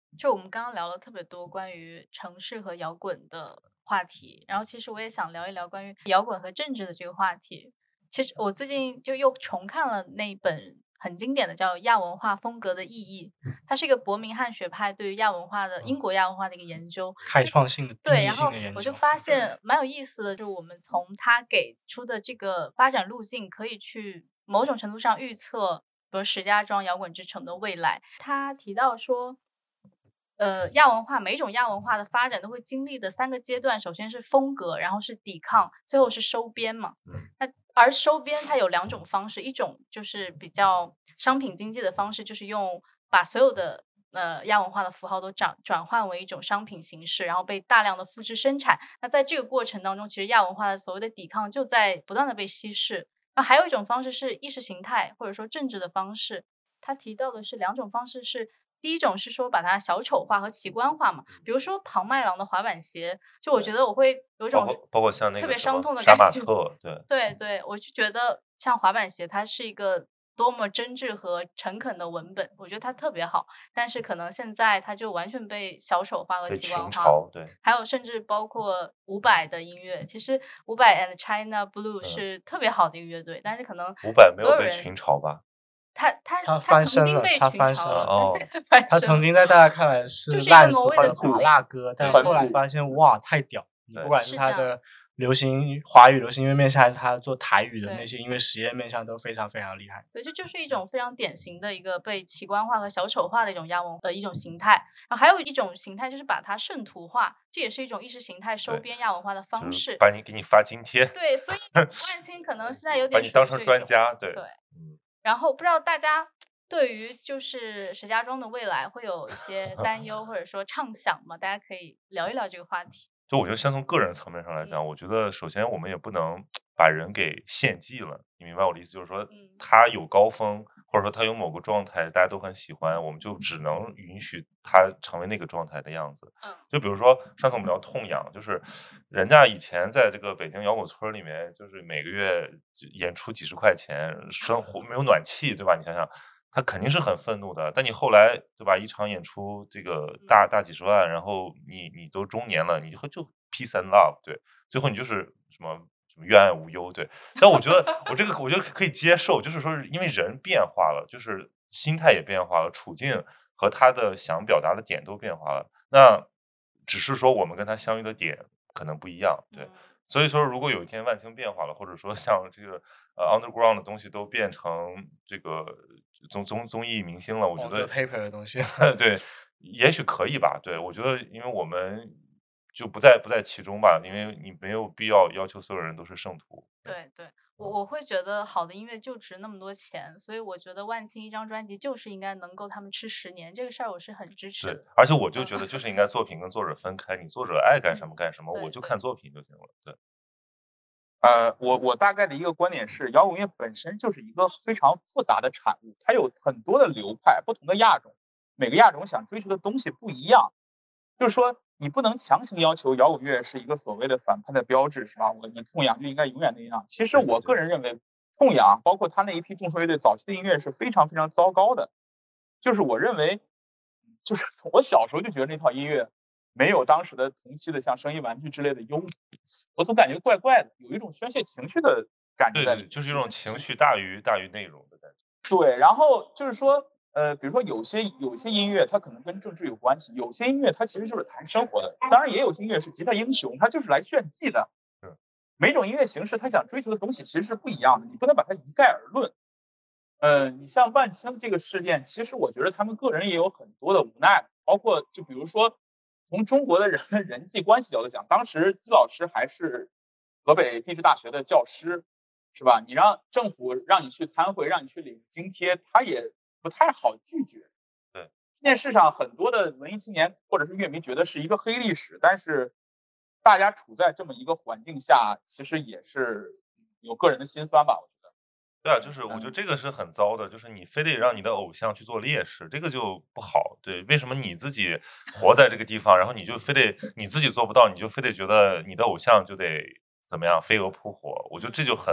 就我们刚刚聊了特别多关于城市和摇滚的话题，然后其实我也想聊一聊关于摇滚和政治的这个话题。其实我最近就又重看了那本很经典的叫《亚文化风格的意义》，它是一个伯明翰学派对于亚文化的英国亚文化的一个研究， 开创性的、定对， 义然后性的研究。 我就发现蛮有意思的，就是我们从他给出的这个发展路径，可以去某种程度上预测，比如石家庄摇滚之城的未来。他提到说，呃，亚文化每种亚文化的发展都会经历的三个阶段，首先是风格，然后是抵抗，最后是收编嘛。那而收编它有两种方式，一种就是比较商品经济的方式，就是用把所有的呃亚文化的符号都转转换为一种商品形式，然后被大量的复制生产。那在这个过程当中，其实亚文化的所谓的抵抗就在不断的被稀释。然后还有一种方式是意识形态或者说政治的方式，他提到的是两种方式是。第一种是说把它小丑化和奇观化嘛，比如说庞麦郎的滑板鞋，就我觉得我会有一种包括包括像那个特别伤痛的杀感觉。 马特，对对对，我就觉得像滑板鞋，它是一个多么真挚和诚恳的文本，我觉得它特别好。但是可能现在它就完全被小丑化和被奇观化群嘲，对， 还有甚至包括伍佰的音乐，其实伍佰 and China Blue 嗯是特别好的一个乐队，但是可能伍佰没有被所有人群嘲吧？ 他他他他曾翻身了经被群他翻身嘲了， 了哦翻身了他曾经在大家看来是就是一个烂俗挪威的的土麻辣歌，但对后来发现哇太屌！你对不管是是这样他的流行华语流行音乐面向，还是他做台语的对那些音乐实验面向，都非常非常厉害。 对，这就是一种非常典型的一个被奇观化和小丑化的一种亚文的一种形态。然后还有一种形态就是把它圣徒化，这也是一种意识形态收对编亚文化的方就是式。 把你给你发津贴， 对，所以万青可能现在有点把你当成属于这种专家，对对。 嗯， 然后不知道大家对于就是石家庄的未来会有一些担忧或者说畅想吗？大家可以聊一聊这个话题。 就我觉得先从个人层面上来讲，我觉得首先我们也不能把人给献祭了，你明白我的意思？就是说嗯他有高峰，或者说他有某个状态，大家都很喜欢，我们就只能允许他成为那个状态的样子。 嗯就比如说上次我们聊痛痒，就是人家以前在这个北京摇滚村里面，就是每个月就演出几十块钱，生活没有暖气，对吧？你想想。他肯定是很愤怒的，但你后来对吧？一场演出这个大大几十万，然后你你都中年了，你就就 peace and love，对，最后你就是什么什么愿爱无忧，对。但我觉得我这个我觉得可以接受，就是说因为人变化了，就是心态也变化了，处境和他的想表达的点都变化了，那只是说我们跟他相遇的点可能不一样，对。 嗯所以说，如果有一天万青变化了，或者说像这个呃 underground 的东西都变成这个综综综艺明星了，我觉得 paper 的东西， 对，也许可以吧。对，我觉得，因为我们就不在不在其中吧，因为你没有必要要求所有人都是圣徒。 对对，我我会觉得好的音乐就值那么多钱，所以我觉得万青一张专辑就是应该能够他们吃十年，这个事儿我是很支持对的。， 而且我就觉得就是应该作品跟作者分开，你作者爱干什么干什么， 对对我就看作品就行了。对， 呃，我我大概的一个观点是，摇滚乐本身就是一个非常复杂的产物，它有很多的流派，不同的亚种，每个亚种想追求的东西不一样。就是说，你不能强行要求摇滚乐是一个所谓的反叛的标志，是吧？我你痛痒就应该永远那样。其实对对我个人认为，痛痒包括他那一批众筹乐队早期的音乐是非常非常糟糕的。就是我认为，就是从我小时候就觉得那套音乐没有当时的同期的像声音玩具之类的优，我总感觉怪怪的，有一种宣泄情绪的感觉对对， 在里面。 就是一种情绪大于大于内容的感觉。 对，然后就是说，呃，比如说有些有些音乐它可能跟政治有关系，有些音乐它其实就是谈生活的，当然也有些音乐是吉他英雄，它就是来炫技的。 是， 每种音乐形式它想追求的东西其实是不一样的，你不能把它一概而论。呃，你像万青这个事件，其实我觉得他们个人也有很多的无奈，包括就比如说从中国的人的人际关系角度讲，当时季老师还是河北地质大学的教师，是吧？你让政府让你去参会，让你去领津贴，他也不太好拒绝。 对， 电视上很多的文艺青年或者是乐迷觉得是一个黑历史，但是大家处在这么一个环境下，其实也是有个人的心酸吧，我觉得。 对啊，就是我觉得这个是很糟的，就是你非得让你的偶像去做烈士，这个就不好。对，为什么你自己活在这个地方，然后你就非得你自己做不到，你就非得觉得你的偶像就得怎么样飞蛾扑火？我觉得这就很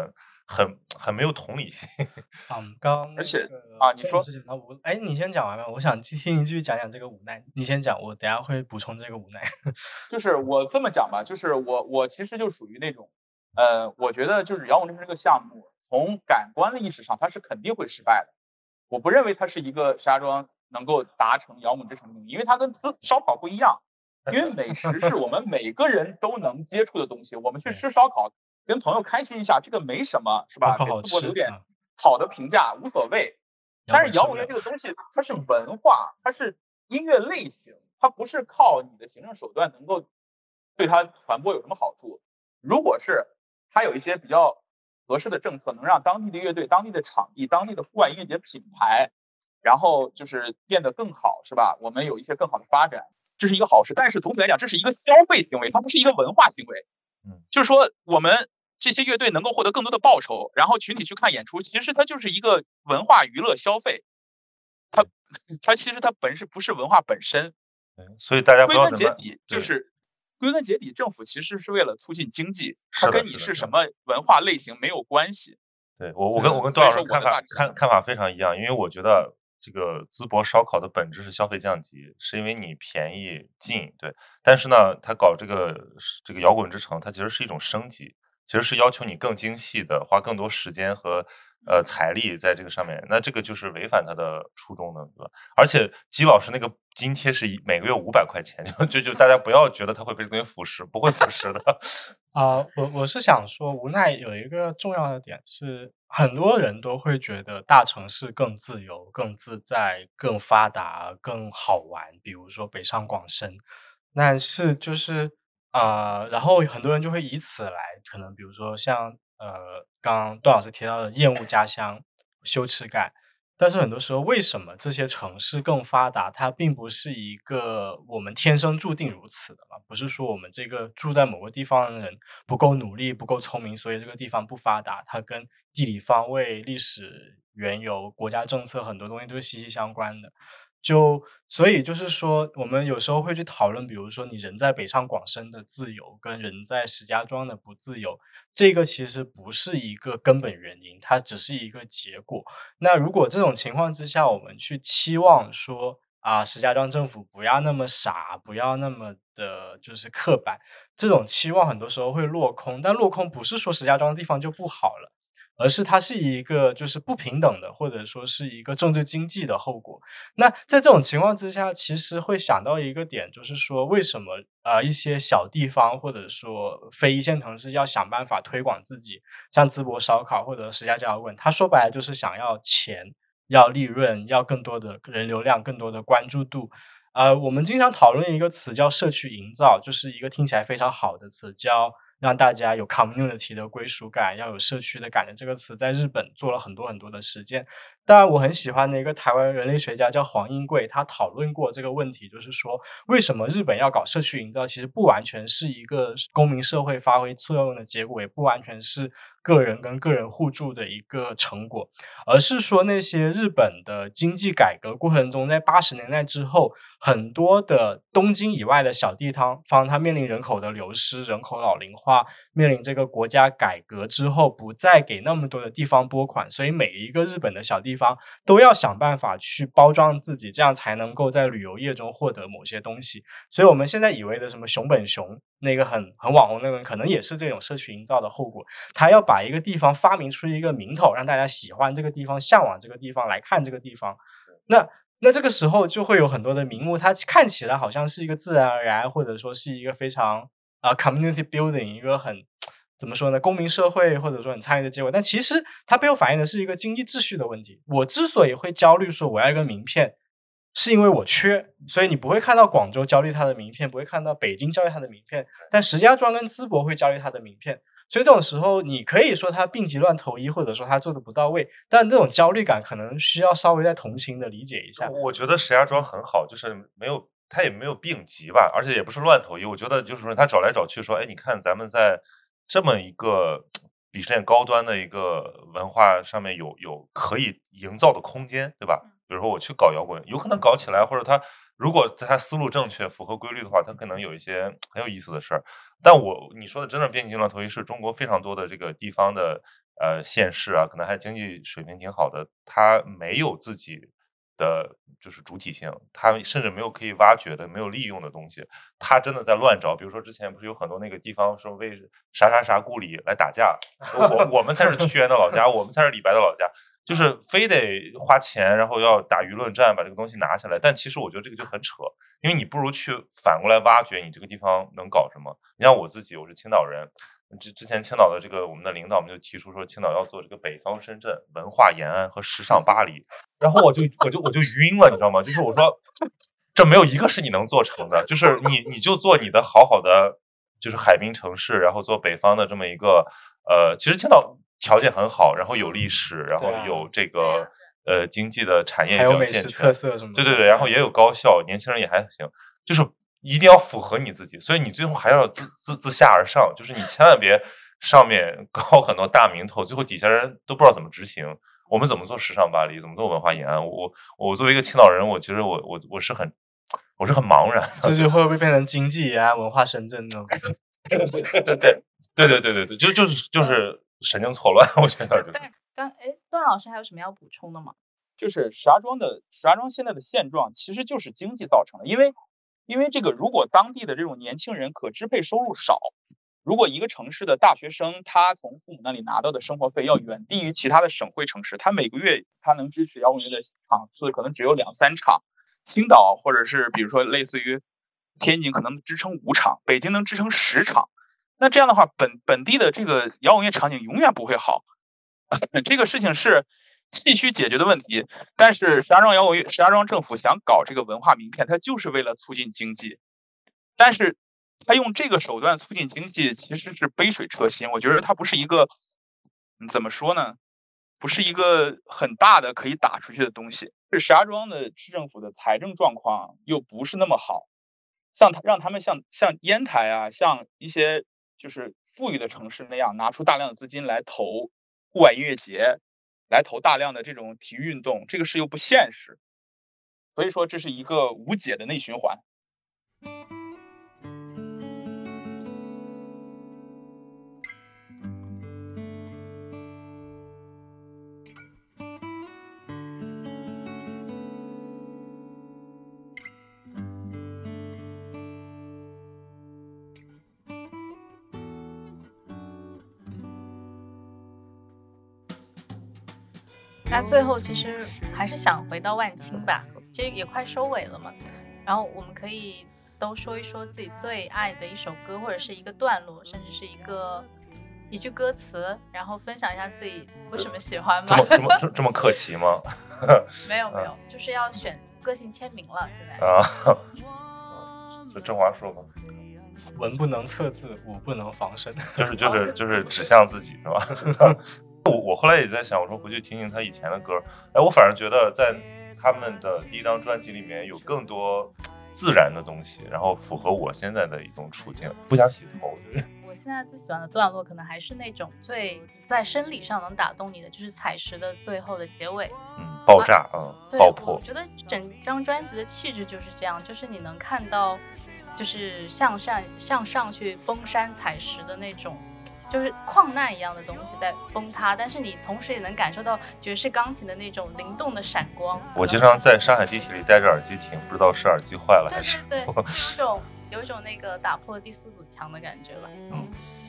很很没有同理心。 嗯，刚刚而且那个啊你说段老师讲到无，哎，你先讲完吧，我想听你继续讲讲这个无奈。你先讲，我等下会补充这个无奈。 就是我这么讲吧，就是我我其实就属于那种，呃，我觉得就是摇滚之城这个项目，从感官的意识上，它是肯定会失败的。我不认为它是一个石家庄能够达成摇滚之城的命运，因为它跟自烧烤不一样。因为美食是我们每个人都能接触的东西，我们去吃烧烤，跟朋友开心一下，这个没什么，是吧？给淄博留点好的评价无所谓。但是摇滚乐这个东西，它是文化，它是音乐类型，它不是靠你的行政手段能够对它传播有什么好处。如果是它有一些比较合适的政策，能让当地的乐队、当地的场地、当地的户外音乐节品牌，然后就是变得更好，是吧？我们有一些更好的发展，这是一个好事。但是总体来讲，这是一个消费行为，它不是一个文化行为。 嗯， 就是说我们这些乐队能够获得更多的报酬，然后群体去看演出，其实它就是一个文化娱乐消费。它它其实它本身不是文化本身。 所以大家不归要怎么根结底就是归根结底，政府其实是为了促进经济，它是的跟你是的是什么文化类型没有关系。 对我我跟我跟所以说段老师看我的大致法看看法非常一样，因为我觉得这个淄博烧烤的本质是消费降级，是因为你便宜近，对。但是呢，他搞这个这个摇滚之城，它其实是一种升级，其实是要求你更精细的花更多时间和呃财力在这个上面，那这个就是违反他的初衷的，对吧？而且姬老师那个津贴是一每个月五百块钱，就就就大家不要觉得他会被这东西腐蚀，不会腐蚀的。 啊、我我是想说，无奈有一个重要的点是，很多人都会觉得大城市更自由、更自在、更发达、更好玩，比如说北上广深。但是就是呃，然后很多人就会以此来，可能比如说像呃，刚刚段老师提到的厌恶家乡、羞耻感。但是很多时候，为什么这些城市更发达？它并不是一个我们天生注定如此的嘛，不是说我们这个住在某个地方的人不够努力、不够聪明，所以这个地方不发达。它跟地理方位、历史缘由、国家政策很多东西都是息息相关的。就所以就是说，我们有时候会去讨论，比如说你人在北上广深的自由，跟人在石家庄的不自由，这个其实不是一个根本原因，它只是一个结果。那如果这种情况之下，我们去期望说啊，石家庄政府不要那么傻，不要那么的就是刻板，这种期望很多时候会落空。但落空不是说石家庄的地方就不好了，而是它是一个就是不平等的，或者说是一个政治经济的后果。那在这种情况之下，其实会想到一个点，就是说为什么呃一些小地方或者说非一线城市要想办法推广自己，像淄博烧烤或者石家摇滚，它说白了就是想要钱、要利润、要更多的人流量、更多的关注度。呃，我们经常讨论一个词叫社区营造，就是一个听起来非常好的词，叫让大家有 community 的归属感，要有社区的感觉。这个词在日本做了很多很多的实践。当然我很喜欢的一个台湾人类学家叫黄英贵，他讨论过这个问题，就是说为什么日本要搞社区营造，其实不完全是一个公民社会发挥作用的结果，也不完全是个人跟个人互助的一个成果，而是说那些日本的经济改革过程中，在八十年代之后，很多的东京以外的小地方它面临人口的流失、人口老龄化，面临这个国家改革之后不再给那么多的地方拨款，所以每一个日本的小地方都要想办法去包装自己，这样才能够在旅游业中获得某些东西。所以我们现在以为的什么熊本熊那个很很网红那个人，可能也是这种社区营造的后果。他要把一个地方发明出一个名头，让大家喜欢这个地方，向往这个地方，来看这个地方。那那这个时候就会有很多的名目，它看起来好像是一个自然而然，或者说是一个非常啊、uh, community building， 一个很怎么说呢，公民社会或者说很参与的结果。但其实它背后反映的是一个经济秩序的问题。我之所以会焦虑说我要一个名片，是因为我缺，所以你不会看到广州焦虑它的名片，不会看到北京焦虑它的名片，但石家庄跟淄博会焦虑它的名片。所以这种时候你可以说他病急乱投医，或者说他做的不到位，但这种焦虑感可能需要稍微再同情的理解一下。 我觉得石家庄很好，就是没有他也没有病急吧，而且也不是乱投医。我觉得就是说他找来找去说，哎，你看咱们在这么一个鄙视链高端的一个文化上面有有可以营造的空间，对吧？比如说我去搞摇滚，有可能搞起来，或者他如果在他思路正确、符合规律的话，他可能有一些很有意思的事儿。但我你说的真正变进了头一是中国非常多的这个地方的呃县市啊，可能还经济水平挺好的，他没有自己的就是主体性，他甚至没有可以挖掘的、没有利用的东西，他真的在乱找。比如说之前不是有很多那个地方说为啥啥啥故里来打架，我我们才是屈原的老家，我们才是李白的老家。就是非得花钱，然后要打舆论战把这个东西拿下来，但其实我觉得这个就很扯，因为你不如去反过来挖掘你这个地方能搞什么。你像我自己，我是青岛人，之之前青岛的这个我们的领导们就提出说，青岛要做这个北方深圳、文化延安和时尚巴黎，然后我就我就我就晕了，你知道吗？就是我说这没有一个是你能做成的，就是你你就做你的好好的，就是海滨城市，然后做北方的这么一个呃，其实青岛条件很好，然后有历史，然后有这个、啊、呃经济的产业也比较健全， 特色什么的， 对对对，然后也有高校，年轻人也还行，就是一定要符合你自己，所以你最后还要自自自下而上，就是你千万别上面搞很多大名头，最后底下人都不知道怎么执行。我们怎么做时尚巴黎，怎么做文化延安？我我作为一个青岛人，我其实我我我是很我是很茫然， 就是会不会变成经济延安、文化深圳呢？ 对对对对对对，就就是就是。神经错乱，我觉得、就是。 对，刚哎，段老师还有什么要补充的吗？ 就是石家庄的石家庄现在的现状，其实就是经济造成的。因为因为这个，如果当地的这种年轻人可支配收入少，如果一个城市的大学生他从父母那里拿到的生活费要远低于其他的省会城市，他每个月他能支持摇滚乐的场次可能只有两三场，青岛或者是比如说类似于天津可能支撑五场，北京能支撑十场。那这样的话，本本地的这个摇滚乐场景永远不会好，这个事情是唏嘘解决的问题。但是石家庄摇滚乐，石家庄政府想搞这个文化名片，它就是为了促进经济。但是他用这个手段促进经济，其实是杯水车薪。我觉得它不是一个，怎么说呢？不是一个很大的可以打出去的东西。是石家庄的市政府的财政状况又不是那么好，像他让他们像像烟台啊，像一些。就是富裕的城市那样拿出大量的资金来投户外音乐节，来投大量的这种体育运动，这个事又不现实，所以说这是一个无解的内循环。 那最后其实还是想回到万青吧，其实也快收尾了嘛，然后我们可以都说一说自己最爱的一首歌，或者是一个段落，甚至是一个一句歌词，然后分享一下自己为什么喜欢吗？ 这么这么这么客气吗？ 没有没有，就是要选个性签名了现在啊。就郑华说吧， 文不能测字，武不能防身， 就是就是就是指向自己是吧？我我后来也在想，我说回去听听他以前的歌，哎，我反而觉得在他们的第一张专辑里面有更多自然的东西，然后符合我现在的一种处境。不想洗头， 我现在最喜欢的段落可能还是那种最在生理上能打动你的，就是采石的最后的结尾， 嗯，爆炸，嗯，爆破。 我觉得整张专辑的气质就是这样，就是你能看到，就是向上向上去崩山采石的那种。就是矿难一样的东西在崩塌，但是你同时也能感受到爵士钢琴的那种灵动的闪光。 我经常在上海地铁里戴着耳机听，不知道是耳机坏了还是…… 对对对，有一种有一种那个打破第四堵墙的感觉吧。嗯。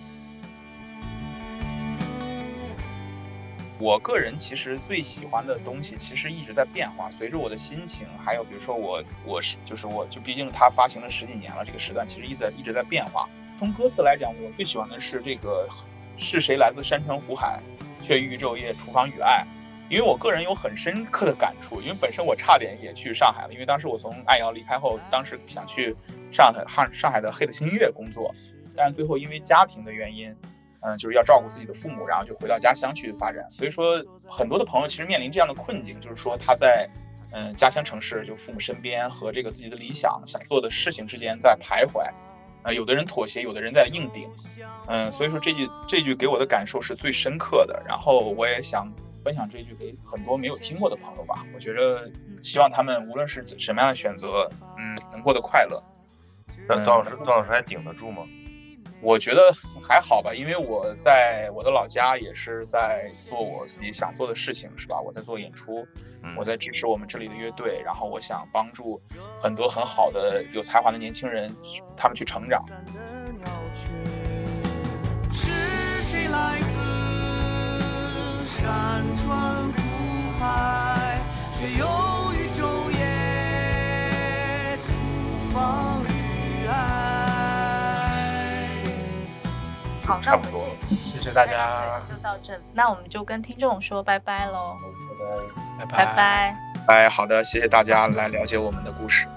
我个人其实最喜欢的东西其实一直在变化，随着我的心情，还有比如说我我是就是我就毕竟它发行了十几年了，这个时段其实一直在一直在变化。从歌词来讲，我最喜欢的是这个是谁来自山川湖海，却于昼夜厨房与爱，因为我个人有很深刻的感触，因为本身我差点也去上海了，因为当时我从爱瑶离开后，当时想去上海上海的黑的新音乐工作，但是最后因为家庭的原因，嗯，就是要照顾自己的父母，然后就回到家乡去发展。所以说很多的朋友其实面临这样的困境，就是说他在嗯家乡城市就父母身边和这个自己的理想想做的事情之间在徘徊。呃，有的人妥协，有的人在硬顶，嗯，所以说这句这句给我的感受是最深刻的。然后我也想分享这句给很多没有听过的朋友吧。我觉得希望他们无论是什么样的选择， 嗯能过得快乐。 段段老师，段老师还顶得住吗？ 我觉得还好吧，因为我在我的老家也是在做我自己想做的事情，是吧？我在做演出， 嗯、 我在支持我们这里的乐队，然后我想帮助很多很好的有才华的年轻人，他们去成长。是谁来自山川湖海，却又与昼夜厨房与爱。 好，那我们这期谢谢大家， 就到这里。那我们就跟听众说拜拜喽， 拜拜， 拜拜。 哎，好的，谢谢大家来了解我们的故事。